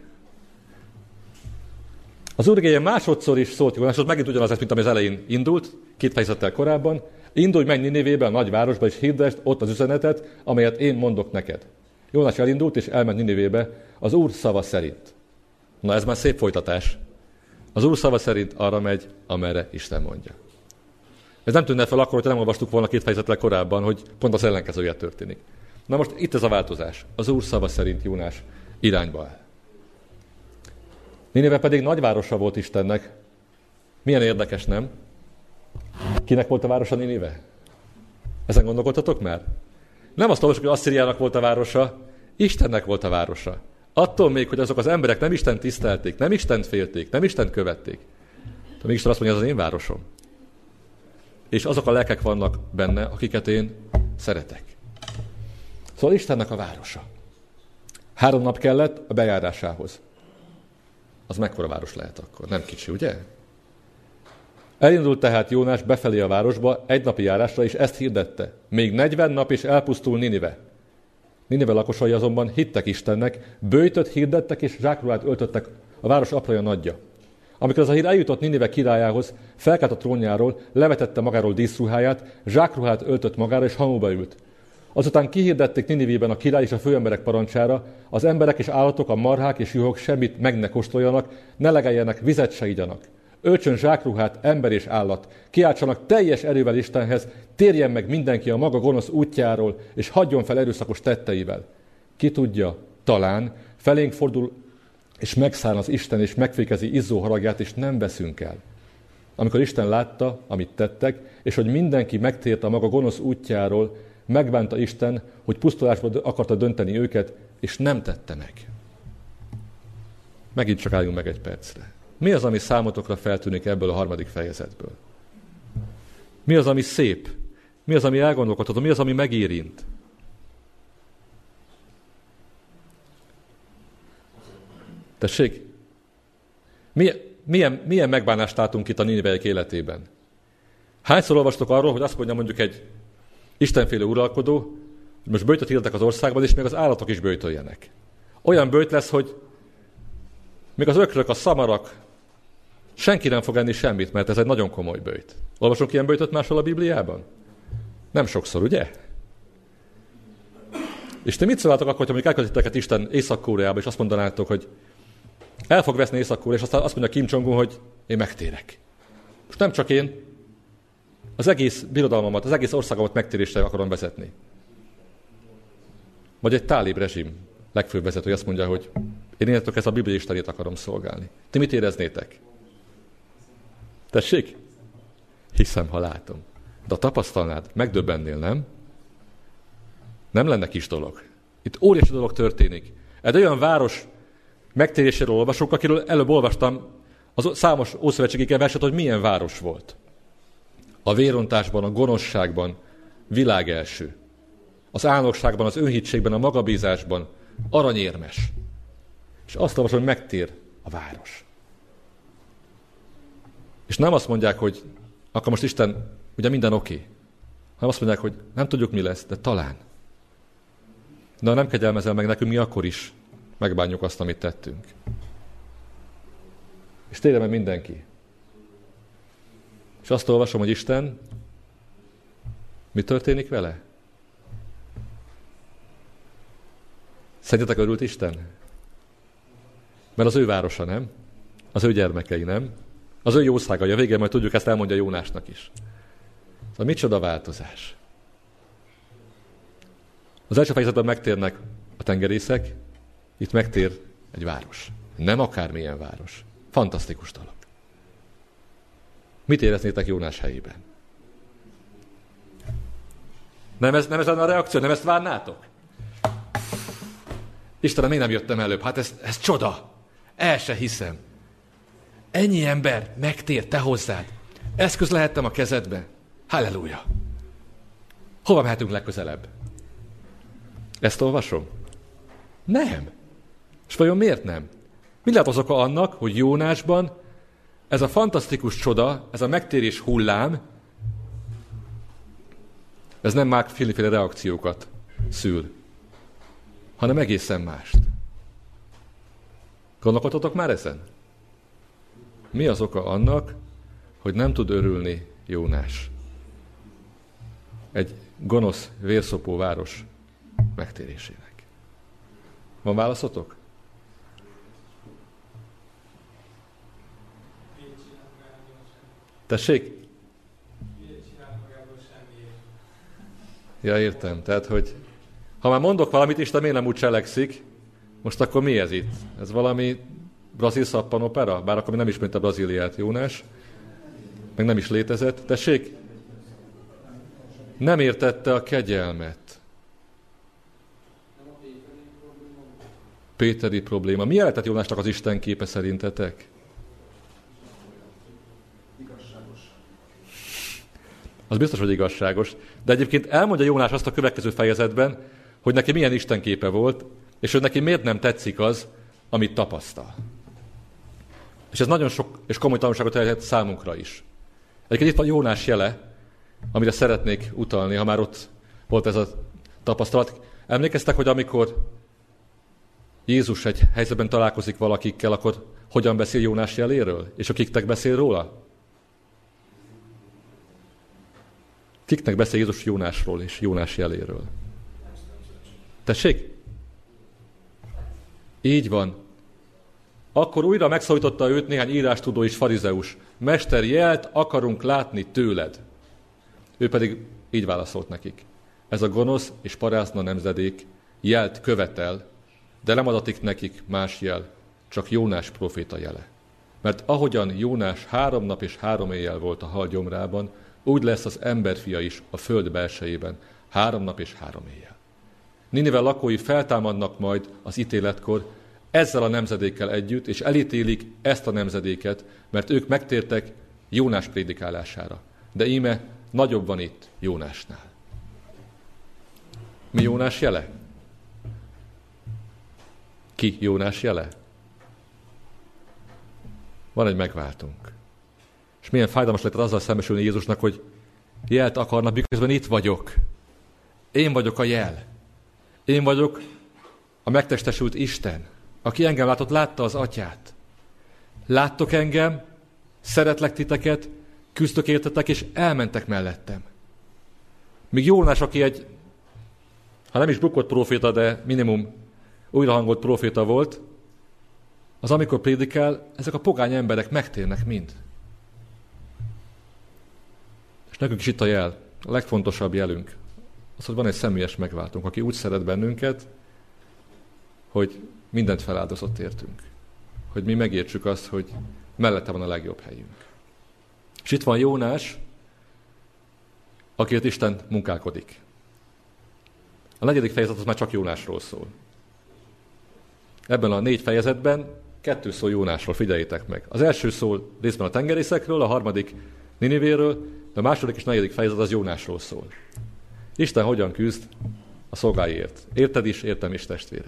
Az Úr igéje másodszor is szólt Jónáshoz, megint ugyanaz lesz, mint ami az elején indult, 2 fejezettel korábban. Indulj, menj Ninivébe, a nagyvárosba, és hirdd ott az üzenetet, amelyet én mondok neked. Jónás elindult, és elment Ninivébe az Úr szava szerint. Na ez már szép folytatás. Az Úr szava szerint arra megy, amerre Isten mondja. Ez nem tűnne fel akkor, hogyha nem olvastuk volna 2 fejezettel korábban, hogy pont az ellenkezője történik. Na most itt ez a változás. Az Úr szava szerint Jónás irányba áll. Ninive pedig nagyvárosa volt Istennek. Milyen érdekes, nem? Kinek volt a városa Ninive? Ezen gondolkodtatok már? Nem azt olvasjuk, hogy Asszíriának volt a városa, Istennek volt a városa. Attól még, hogy azok az emberek nem Istent tisztelték, nem Istent félték, nem Istent követték. De mégis azt mondja, ez az én városom. És azok a lelkek vannak benne, akiket én szeretek. Szóval Istennek a városa. 3 nap kellett a bejárásához. Az mekkora város lehet akkor? Nem kicsi, ugye? Elindult tehát Jónás befelé a városba 1 napi járásra, és ezt hirdette. Még 40 nap is elpusztul Ninive. Ninive lakosai azonban hittek Istennek, böjtöt hirdettek és zsákruhát öltöttek a város apraja nagyja. Amikor az a hír eljutott Ninive királyához, felkelt a trónjáról, levetette magáról díszruháját, zsákruhát öltött magára és hamuba ült. Azután kihirdették Ninivében a király és a főemberek parancsára, az emberek és állatok, a marhák és juhok semmit meg ne kóstoljanak, ne legeljenek, vizet se igyanak. Öltsön zsákruhát, ember és állat, kiáltsanak teljes erővel Istenhez, térjen meg mindenki a maga gonosz útjáról, és hagyjon fel erőszakos tetteivel. Ki tudja, talán felénk fordul, és megszáll az Isten, és megfékezi izzó haragját, és nem veszünk el. Amikor Isten látta, amit tettek, és hogy mindenki megtért a maga gonosz útjáról, megbánta Isten, hogy pusztulásba akarta dönteni őket, és nem tette meg. Megint csak álljunk meg egy percre. Mi az, ami számotokra feltűnik ebből a 3. fejezetből? Mi az, ami szép? Mi az, ami elgondolkodható? Mi az, ami megérint? Tessék? Milyen megbánást látunk itt a niniveiek életében? Hányszor olvastok arról, hogy azt mondja mondjuk egy istenfélő uralkodó, hogy most böjtöt hirdettek az országban, és még az állatok is böjtöljenek. Olyan böjt lesz, hogy még az ökrök, a szamarak, senki nem fog enni semmit, mert ez egy nagyon komoly böjt. Olvasunk ilyen böjtöt máshol a Bibliában? Nem sokszor, ugye? És ti mit szóláltok akkor, hogyha mondjuk elköltitek Isten Észak-Koreába, és azt mondanátok, hogy el fog veszni Észak-Korea, és aztán azt mondja Kim Jong-un, hogy én megtérek. Most nem csak én, az egész birodalmamat, az egész országomat megtérésre akarom vezetni. Vagy egy tálib rezsim legfőbb vezető azt mondja, hogy én innentől ezt a Biblia Istenét akarom szolgálni. Ti mit éreznétek? Tessék? Hiszem, ha látom. De a tapasztalnád, megdöbbennél, nem? Nem lenne kis dolog. Itt óriási dolog történik. Egy olyan város megtéréséről olvasok, akiről előbb olvastam az számos ószövetségi verset, hogy milyen város volt. A vérontásban, a gonoszságban világelső. Az álnokságban, az önhitségben, a magabízásban aranyérmes. És azt olvasom, hogy megtér a város. És nem azt mondják, hogy akkor most Isten, ugye minden oké. Hanem azt mondják, hogy nem tudjuk, mi lesz, de talán. De ha nem kegyelmezel meg nekünk, mi akkor is megbánjuk azt, amit tettünk. És térjen meg mindenki. És azt olvasom, hogy Isten, mi történik vele? Szerintetek örült Isten? Mert az ő városa, nem? Az ő gyermekei, nem? Az ő jószágai. A végén majd tudjuk, ezt elmondja Jónásnak is. Szóval micsoda változás. Az első fejezetben megtérnek a tengerészek, itt megtér egy város. Nem akármilyen város. Fantasztikus dolog. Mit éreznétek Jónás helyében? Nem ez lenne a reakció? Nem ezt várnátok? Istenem, én nem jöttem előbb. Hát ez csoda. El se hiszem. Ennyi ember megtér te hozzád. Eszköz lehettem a kezedbe. Halleluja. Hova mehetünk legközelebb? Ezt olvasom? Nem. És vajon miért nem? Mi lehet az oka annak, hogy Jónásban ez a fantasztikus csoda, ez a megtérés hullám, ez nem már féle reakciókat szül, hanem egészen mást. Gondolkodtatok már ezen? Mi az oka annak, hogy nem tud örülni Jónás? Egy gonosz, vérszopó város megtérésének. Van válaszotok? Tessék? Ja, értem. Tehát, hogy ha már mondok valamit, Isten miért nem úgy cselekszik, most akkor mi ez itt? Ez valami brazil szappanopera? Bár akkor nem ismerte Brazíliát Jónás, meg nem is létezett. Tessék? Nem értette a kegyelmet. Péteri probléma. Mi lehetett Jónásnak az Isten képe szerintetek? Az biztos, hogy igazságos. De egyébként elmondja Jónás azt a következő fejezetben, hogy neki milyen istenképe volt, és hogy neki miért nem tetszik az, amit tapasztal. És ez nagyon sok és komoly tanulságot tehet számunkra is. Egyébként itt van Jónás jele, amire szeretnék utalni, ha már ott volt ez a tapasztalat. Emlékeztek, hogy amikor Jézus egy helyzetben találkozik valakikkel, akkor hogyan beszél Jónás jeléről? És akiknek beszél róla? Kiknek beszél Jézus Jónásról és Jónás jeléről? Tessék? Így van. Akkor újra megszólította őt néhány írástudó és farizeus. Mester, jelt akarunk látni tőled. Ő pedig így válaszolt nekik. Ez a gonosz és parázna nemzedék jelt követel, de nem adatik nekik más jel, csak Jónás próféta jele. Mert ahogyan Jónás 3 nap és 3 éjjel volt a hal gyomrában, úgy lesz az emberfia is a föld belsejében 3 nap és 3 éjjel. Ninive lakói feltámadnak majd az ítéletkor ezzel a nemzedékkel együtt, és elítélik ezt a nemzedéket, mert ők megtértek Jónás prédikálására. De íme nagyobb van itt Jónásnál. Mi Jónás jele? Ki Jónás jele? Van egy megváltunk. És milyen fájdalmas lett azzal szembesülni Jézusnak, hogy jelt akarnak, miközben itt vagyok. Én vagyok a jel. Én vagyok a megtestesült Isten, aki engem látott, látta az Atyát. Láttok engem, szeretlek titeket, küzdök értetek, és elmentek mellettem. Míg Jónás, aki egy, ha nem is bukott próféta, de minimum újrahangolt próféta volt, az amikor prédikál, ezek a pogány emberek megtérnek mind. És nekünk is itt a jel, a legfontosabb jelünk. Az, hogy van egy személyes megváltunk, aki úgy szeret bennünket, hogy mindent feláldozott értünk. Hogy mi megértsük azt, hogy mellette van a legjobb helyünk. És itt van Jónás, akiért Isten munkálkodik. A 4. fejezet az már csak Jónásról szól. Ebben a 4 fejezetben 2 szól Jónásról, figyeljétek meg. Az első szól részben a tengerészekről, a 3. Ninivéről, de a 2. és 4. fejezet az Jónásról szól. Isten hogyan küzd a szolgáiért. Érted is, értem is, testvérem.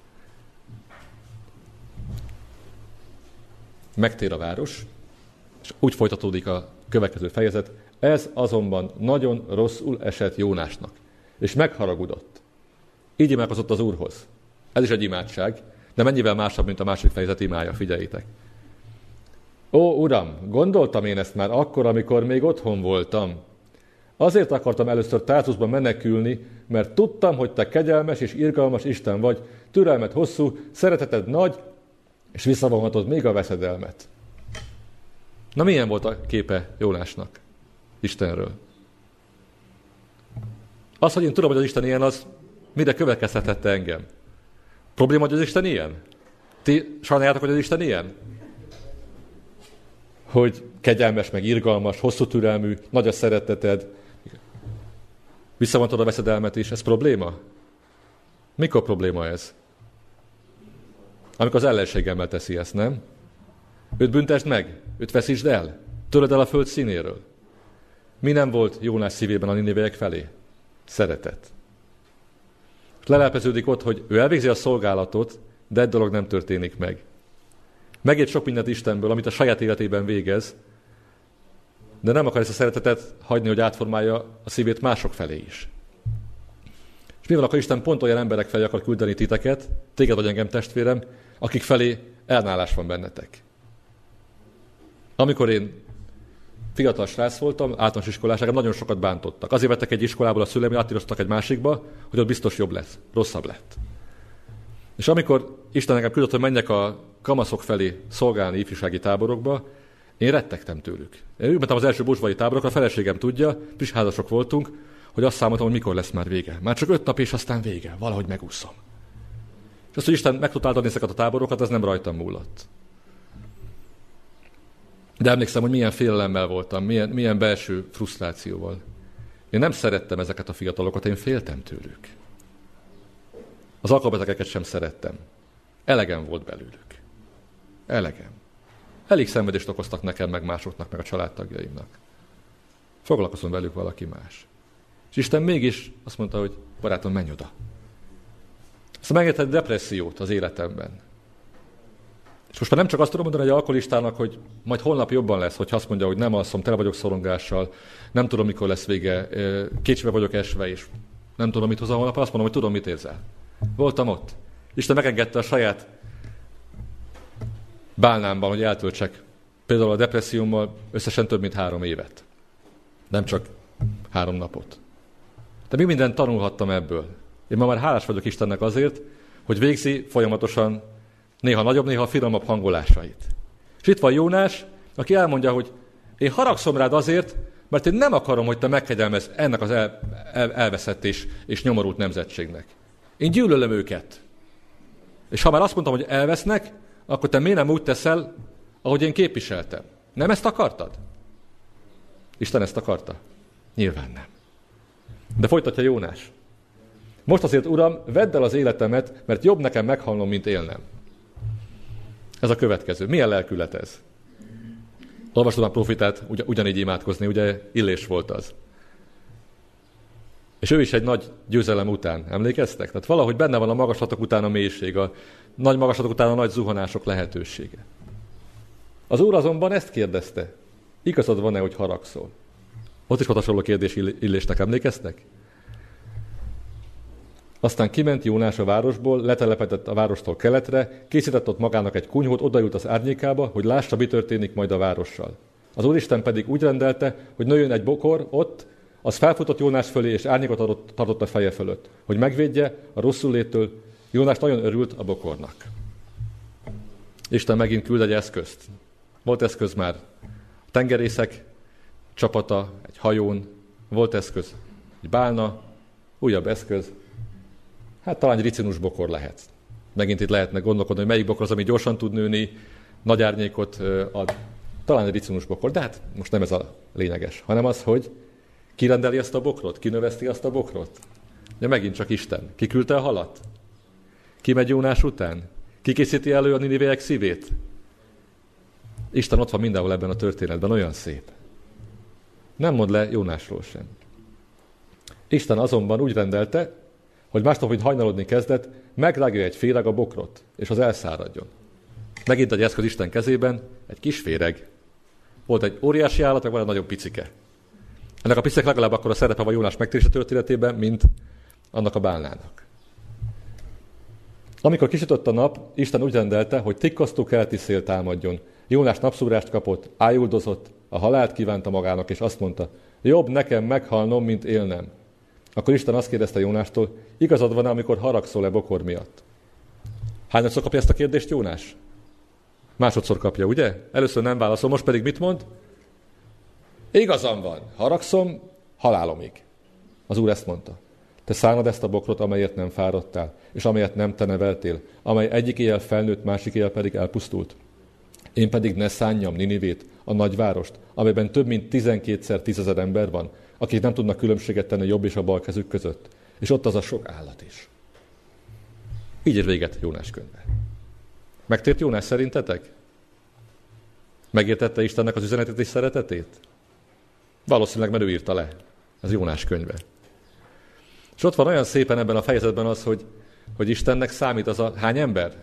Megtér a város, és úgy folytatódik a következő fejezet. Ez azonban nagyon rosszul esett Jónásnak, és megharagudott. Így imádkozott az Úrhoz. Ez is egy imádság, de mennyivel másabb, mint a 2. fejezet imája, figyeljétek. Ó, Uram, gondoltam én ezt már akkor, amikor még otthon voltam. Azért akartam először Tárzuszban menekülni, mert tudtam, hogy te kegyelmes és irgalmas Isten vagy, türelmed hosszú, szereteted nagy, és visszavonhatod még a veszedelmet. Na milyen volt a képe Jónásnak Istenről? Az, hogy én tudom, hogy az Isten ilyen, az mire következtetette engem? Probléma, hogy az Isten ilyen? Ti sajnáljátok, hogy az Isten ilyen? Hogy kegyelmes, meg irgalmas, hosszú türelmű, nagy a szereteted, visszavontod a veszedelmet is. Ez probléma? Mikor probléma ez? Amikor az ellenségemmel teszi ezt, nem? Őt büntesd meg, őt veszítsd el, töröd el a föld színéről. Mi nem volt Jónás szívében a niniveiek felé? Szeretet. És lelepeződik ott, hogy ő elvégzi a szolgálatot, de egy dolog nem történik meg. Megért sok mindent Istenből, amit a saját életében végez, de nem akar ezt a szeretetet hagyni, hogy átformálja a szívét mások felé is. És mi van, akkor Isten pont olyan emberek felé akar küldeni titeket, téged vagy engem, testvérem, akik felé ellenállás van bennetek. Amikor én fiatal srác voltam, általános iskolás, nagyon sokat bántottak. Azért vettek egy iskolából a szüleim, átíroztak egy másikba, hogy ott biztos jobb lesz, rosszabb lett. És amikor Isten nekem küldött, hogy menjek a kamaszok felé szolgálni ifjúsági táborokba, én rettegtem tőlük. Én úgy mentem az első buzsvai táborokra, a feleségem tudja, friss házasok voltunk, hogy azt számoltam, hogy mikor lesz már vége. Már csak 5 nap és aztán vége, valahogy megúszom. És azt, hogy Isten meg tudta adni ezeket a táborokat, ez nem rajtam múlott. De emlékszem, hogy milyen félelemmel voltam, milyen belső frusztrációval. Én nem szerettem ezeket a fiatalokat, én féltem tőlük. Az alkalmazeteket sem szerettem. Elegem volt belőlük. Elegem. Elég szenvedést okoztak nekem, meg másoknak, meg a családtagjaimnak. Foglalkozom velük valaki más. És Isten mégis azt mondta, hogy barátom, menj oda. Aztán megérted depressziót az életemben. És most már nem csak azt tudom mondani egy alkoholistának, hogy majd holnap jobban lesz, hogy azt mondja, hogy nem alszom, tele vagyok szorongással, nem tudom, mikor lesz vége, kétségbe vagyok esve, és nem tudom, mit hoz a holnap, azt mondom, hogy tudom, mit érzel. Voltam ott. Isten megengedte a saját bálnámban, hogy eltöltsek például a depressziómmal összesen több mint 3 évet. Nem csak 3 napot. De mi mindent tanulhattam ebből. Én ma már hálás vagyok Istennek azért, hogy végzi folyamatosan néha nagyobb, néha finomabb hangolásait. És itt van Jónás, aki elmondja, hogy én haragszom rád azért, mert én nem akarom, hogy te megkegyelmezz ennek az elveszett és nyomorult nemzetségnek. Én gyűlölöm őket. És ha már azt mondtam, hogy elvesznek, akkor te miért nem úgy teszel, ahogy én képviseltem? Nem ezt akartad? Isten ezt akarta? Nyilván nem. De folytatja Jónás. Most azért, Uram, vedd el az életemet, mert jobb nekem meghalnom, mint élnem. Ez a következő. Milyen lelkület ez? Olvastad a profitát ugyanígy imádkozni, ugye Illés volt az. És ő is egy nagy győzelem után, emlékeztek? Tehát valahogy benne van a magaslatok után a mélység, a nagy magaslatok után a nagy zuhanások lehetősége. Az Úr azonban ezt kérdezte. Igazad van-e, hogy haragszol? Ott is volt hasonló kérdés Illésnek, emlékeztek? Aztán kiment Jónás a városból, letelepedett a várostól keletre, készített ott magának egy kunyhót, odaült az árnyékába, hogy lássa, mi történik majd a várossal. Az Úristen pedig úgy rendelte, hogy nőjön egy bokor ott, az felfutott Jónás fölé, és árnyékot tartott a feje fölött, hogy megvédje a rosszulléttől. Jónás nagyon örült a bokornak. Isten megint küld egy eszközt. Volt eszköz már a tengerészek csapata, egy hajón, volt eszköz egy bálna, újabb eszköz, hát talán egy ricinus bokor lehet. Megint itt lehetne gondolkodni, hogy melyik bokor az, ami gyorsan tud nőni, nagy árnyékot ad. Talán egy ricinus bokor, de hát most nem ez a lényeges, hanem az, hogy ki rendeli azt a bokrot, ki növeszti azt a bokrot. De megint csak Isten. Ki küldte a halat? Ki megy Jónás után? Ki készíti elő a niniveiek szívét? Isten ott van mindenhol ebben a történetben, olyan szép. Nem mond le Jónásról sem. Isten azonban úgy rendelte, hogy másnap, mint hajnalodni kezdett, megrágja egy féreg a bokrot, és az elszáradjon. Megint egy eszköz Isten kezében, egy kis féreg. Volt egy óriási állat, meg van egy nagyon picike. Ennek a piciknek legalább akkor a szerepe van Jónás megtérése történetében, mint annak a bálnának. Amikor kisütött a nap, Isten úgy rendelte, hogy tikkasztó keleti szél támadjon. Jónás napszúrást kapott, ájuldozott, a halált kívánta magának, és azt mondta, jobb nekem meghalnom, mint élnem. Akkor Isten azt kérdezte Jónástól, igazad van-e, amikor haragszol-e bokor miatt? Hányszor kapja ezt a kérdést Jónás? Másodszor kapja, ugye? Először nem válaszol, most pedig mit mond? Igazam van, haragszom halálomig. Az Úr ezt mondta. Te szánod ezt a bokrot, amelyet nem fáradtál, és amelyet nem te neveltél, amely egyik éjjel felnőtt, másik éjjel pedig elpusztult. Én pedig ne szánjam Ninivét, a nagyvárost, amelyben több mint 12-szer 10 000 ember van, akik nem tudnak különbséget tenni a jobb és a bal kezük között. És ott az a sok állat is. Így ér véget Jónás könyve. Megtért Jónás szerintetek? Megértette Istennek az üzenetét és szeretetét? Valószínűleg, mert ő írta le. Ez Jónás könyve. És ott van olyan szépen ebben a fejezetben az, hogy Istennek számít az a hány ember?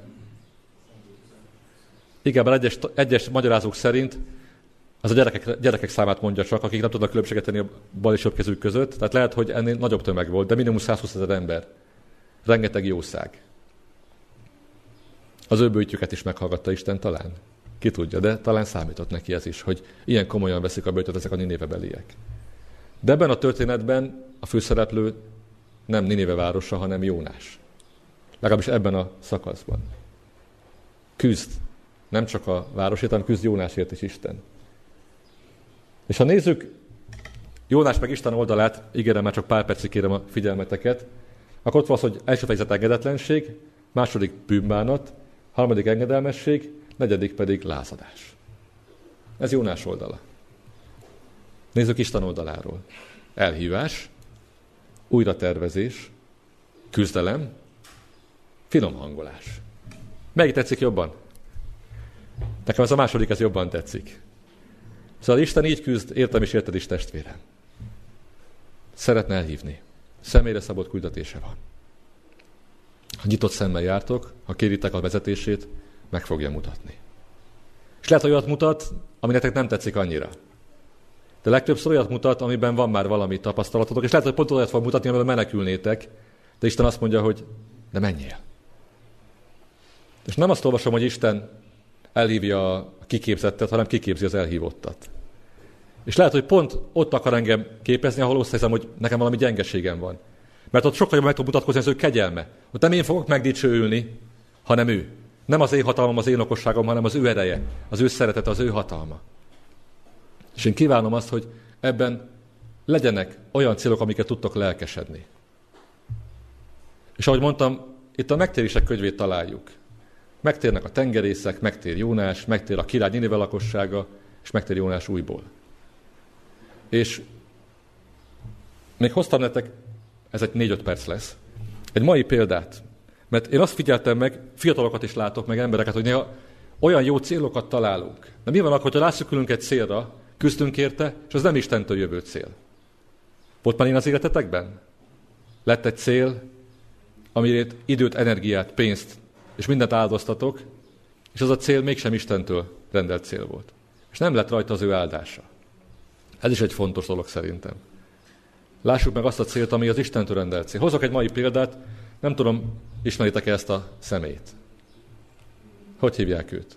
Igen, mert egyes magyarázók szerint az a gyerekek számát mondja csak, akik nem tudnak különbséget tenni a bal és jobb kezük között. Tehát lehet, hogy ennél nagyobb tömeg volt, de minimum 120 000 ember. Rengeteg jószág. Az ő bőjtjüket is meghallgatta Isten talán. Ki tudja, de talán számított neki ez is, hogy ilyen komolyan veszik a bőjtöt ezek a Ninévebeliek. De ebben a történetben a főszereplő nem Ninéve városa, hanem Jónás. Legalábbis ebben a szakaszban. Küzd. Nem csak a városért, hanem küzd Jónásért is Isten. És ha nézzük Jónás meg Isten oldalát, ígérem, már csak pár percig kérem a figyelmeteket, akkor ott van az, hogy első fejezet engedetlenség, második bűnbánat, harmadik engedelmesség, negyedik pedig lázadás. Ez Jónás oldala. Nézzük Isten oldaláról. Elhívás, újratervezés, küzdelem, finom hangolás. Melyik tetszik jobban? Nekem ez a második, ez jobban tetszik. Szóval Isten így küzd, értem és érted is, testvérem. Szeretne elhívni. Személyre szabott küldetése van. Ha nyitott szemmel jártok, ha kéritek a vezetését, meg fogja mutatni. És lehet, hogy olyat mutat, ami nektek nem tetszik annyira. De legtöbbször olyat mutat, amiben van már valami tapasztalatotok, és lehet, hogy pont olyat fog mutatni, amiben menekülnétek, de Isten azt mondja, hogy de menjél. És nem azt olvasom, hogy Isten elhívja a kiképzettet, hanem kiképzi az elhívottat. És lehet, hogy pont ott akar engem képezni, ahol azt hiszem, hogy nekem valami gyengeségem van. Mert ott sokkal jobban meg tud mutatkozni az ő kegyelme. Ott nem én fogok megdicsőülni, hanem ő. Nem az én hatalmam, az én okosságom, hanem az ő ereje, az ő szeretete, az ő hatalma. És én kívánom azt, hogy ebben legyenek olyan célok, amiket tudtok lelkesedni. És ahogy mondtam, itt a megtérések könyvét találjuk. Megtérnek a tengerészek, megtér Jónás, megtér a király Ninive lakossága, és megtér Jónás újból. És még hoztam nektek, ez egy 4-5 perc lesz, egy mai példát. Mert én azt figyeltem meg, fiatalokat is látok, meg embereket, hogy néha olyan jó célokat találunk. De mi van akkor, hogyha rászökülünk egy célra, küzdünk érte, és az nem Istentől jövő cél. Volt már én az életetekben? Lett egy cél, amiért időt, energiát, pénzt és mindent áldoztatok, és az a cél mégsem Istentől rendelt cél volt. És nem lett rajta az ő áldása. Ez is egy fontos dolog szerintem. Lássuk meg azt a célt, ami az Istentől rendelt cél. Hozok egy mai példát, nem tudom, ismeritek-e ezt a személyt? Hogy hívják őt?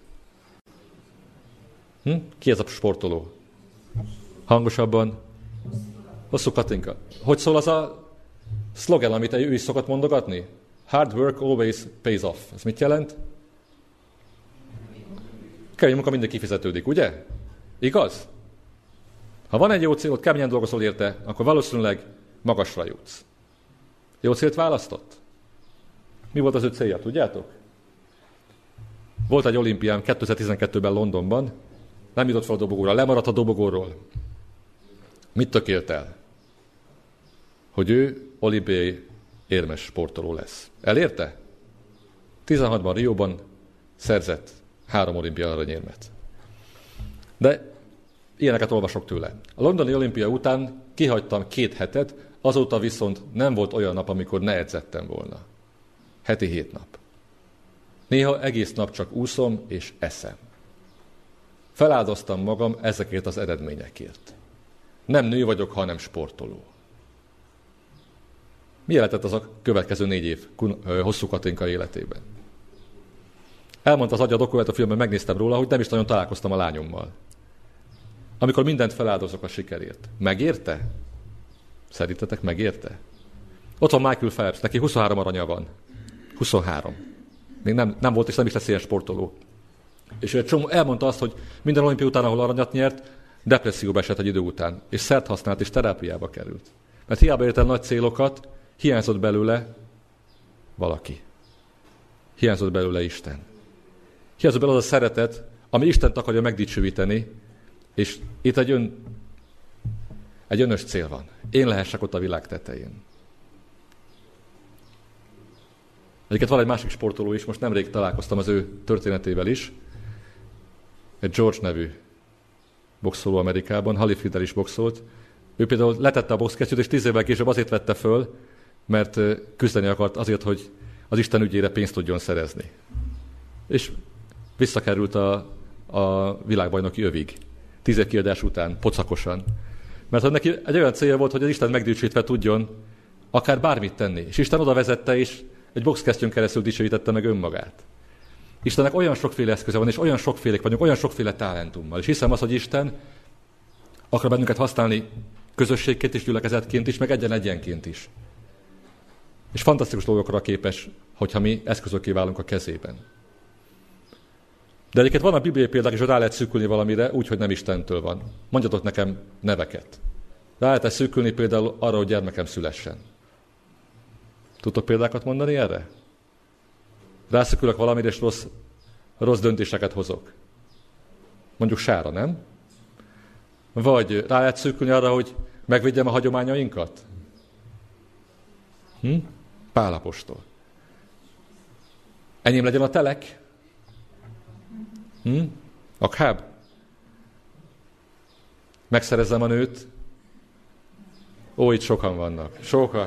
Ki ez a sportoló? Hangosabban? Hosszú Katinka. Hogy szól az a szlogen, amit ő is szokott mondogatni? Hard work always pays off. Ez mit jelent? Kemény munka mindig kifizetődik, ugye? Igaz? Ha van egy jó célod, keményen dolgozol érte, akkor valószínűleg magasra jutsz. Jó célt választott? Mi volt az ő célja, tudjátok? Volt egy olimpián 2012-ben Londonban, nem jutott fel a dobogóra, lemaradt a dobogóról. Mit tökélt el? Hogy ő olimpiai érmes sportoló lesz. Elérte? 16-ban Rióban szerzett 3 olimpiai aranyérmet. De ilyeneket olvasok tőle. A londoni olimpia után kihagytam 2 hetet, azóta viszont nem volt olyan nap, amikor ne edzettem volna. Heti 7 nap. Néha egész nap csak úszom és eszem. Feláldoztam magam ezekért az eredményekért. Nem nő vagyok, hanem sportoló. Mi lehetett az a következő 4 év Hosszú Katinka életében? Elmondta az agya a filmben, megnéztem róla, hogy nem is nagyon találkoztam a lányommal. Amikor mindent feláldozok a sikerért. Megérte? Szerintetek megérte? Ott van Michael Phelps, neki 23 aranya van. 23. Még nem volt és nem is lesz ilyen sportoló. És egy csomó elmondta azt, hogy minden olimpia után, ahol aranyat nyert, depresszióba esett egy idő után, és szert használt, és terápiába került. Mert hiába ért el nagy célokat, hiányzott belőle valaki. Hiányzott belőle Isten. Hiányzott belőle az a szeretet, ami Istent akarja megdicsőíteni, és itt egy önös cél van. Én lehessek ott a világ tetején. Egyiket van egy másik sportoló is, most nemrég találkoztam az ő történetével is. Egy George nevű boxoló Amerikában, Holyfield-el is boxolt. Ő például letette a boxkesztyűt, és 10 évvel később azért vette föl, mert küzdeni akart azért, hogy az Isten ügyére pénzt tudjon szerezni. És visszakerült a világbajnoki övig. 10 év kiadás után, pocakosan. Mert neki egy olyan célja volt, hogy az Isten megdicsőítve tudjon akár bármit tenni. És Isten oda vezette, és egy boxkesztyűn keresztül dicsőítette meg önmagát. Istennek olyan sokféle eszköze van, és olyan sokfélék vagyunk, olyan sokféle talentummal. És hiszem azt, hogy Isten akar bennünket használni közösségként és gyülekezetként is, meg egyen-egyenként is. És fantasztikus dolgokra képes, hogyha mi eszközökké válunk a kezében. De egyébként van a bibliai példák, és rá lehet szűkülni valamire, úgy, hogy nem Istentől van. Mondjatok nekem neveket. Rá lehet szűkülni például arra, hogy gyermekem szülessen. Tudtok példákat mondani erre? Rászökülök valamire, és rossz döntéseket hozok. Mondjuk sára, nem? Vagy rá lehet szűkülni arra, hogy megvédjem a hagyományainkat? Pál apostol. Enyém legyen a telek? Akháb? Megszerezzem a nőt? Ó, itt sokan vannak. Sokan.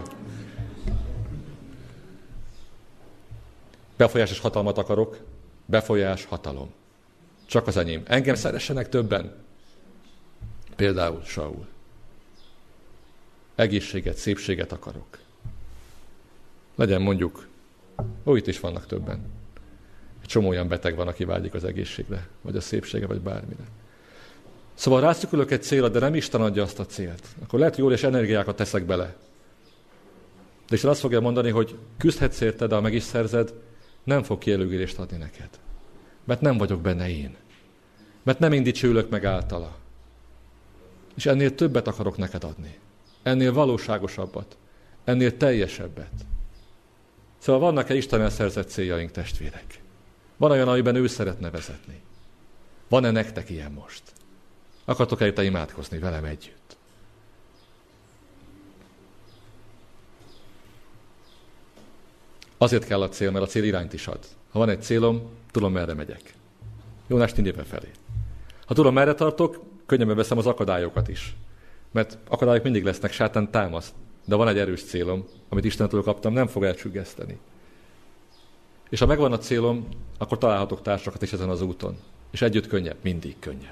Befolyás és hatalmat akarok. Befolyás, hatalom. Csak az enyém. Engem szeressenek többen. Például Saul. Egészséget, szépséget akarok. Legyen mondjuk, itt is vannak többen. Egy csomó olyan beteg van, aki vágyik az egészségre, vagy a szépségre, vagy bármire. Szóval rászükülök egy célra, de nem Isten adja azt a célt. Akkor lehet, hogy jól és energiákat teszek bele. De Isten azt fogja mondani, hogy küzdhetsz érte, de ha meg is szerzed, nem fog kielőgérést adni neked. Mert nem vagyok benne én. Mert nem én dicsőlök meg általa. És ennél többet akarok neked adni. Ennél valóságosabbat. Ennél teljesebbet. Szóval vannak-e Istennel szerzett céljaink, testvérek? Van olyan, amiben ő szeretne vezetni. Van-e nektek ilyen most? Akartok-e itt imádkozni velem együtt? Azért kell a cél, mert a cél irányt is ad. Ha van egy célom, tudom, merre megyek. Jónás Ninive felé. Ha tudom, merre tartok, könnyebben veszem az akadályokat is. Mert akadályok mindig lesznek, sátán támaszt. De van egy erős célom, amit Istentől kaptam, nem fog elcsüggeszteni. És ha megvan a célom, akkor találhatok társakat is ezen az úton. És együtt könnyebb, mindig könnyebb.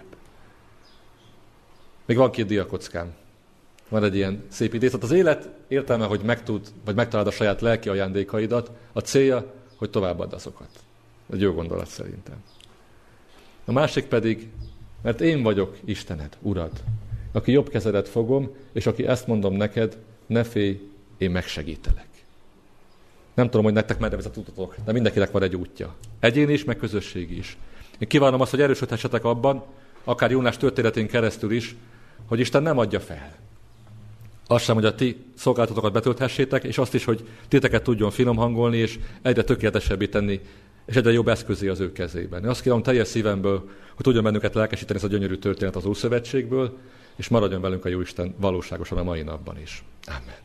Még van 2 diakockám. Van egy ilyen szép idézet. Az élet értelme, hogy megtud, vagy megtaláld a saját lelki ajándékaidat, a célja, hogy továbbadd azokat. Egy jó gondolat szerintem. A másik pedig, mert én vagyok Istened, Urad, aki jobb kezedet fogom, és aki ezt mondom neked, ne félj, én megsegítelek. Nem tudom, hogy nektek merre vezet utatok, de mindenkinek van egy útja. Egyéni is, meg közösségi is. Én kívánom azt, hogy erősödhessetek abban, akár Jónás történetén keresztül is, hogy Isten nem adja fel. Azt sem, hogy a ti szolgálatokat betölthessétek, és azt is, hogy titeket tudjon finom hangolni, és egyre tökéletesebbé tenni, és egyre jobb eszközé az ő kezében. Én azt kívánom teljes szívemből, hogy tudjon bennünket lelkesíteni ez a gyönyörű történet az Ószövetségből, és maradjon velünk a Jóisten valóságosan a mai napban is. Amen.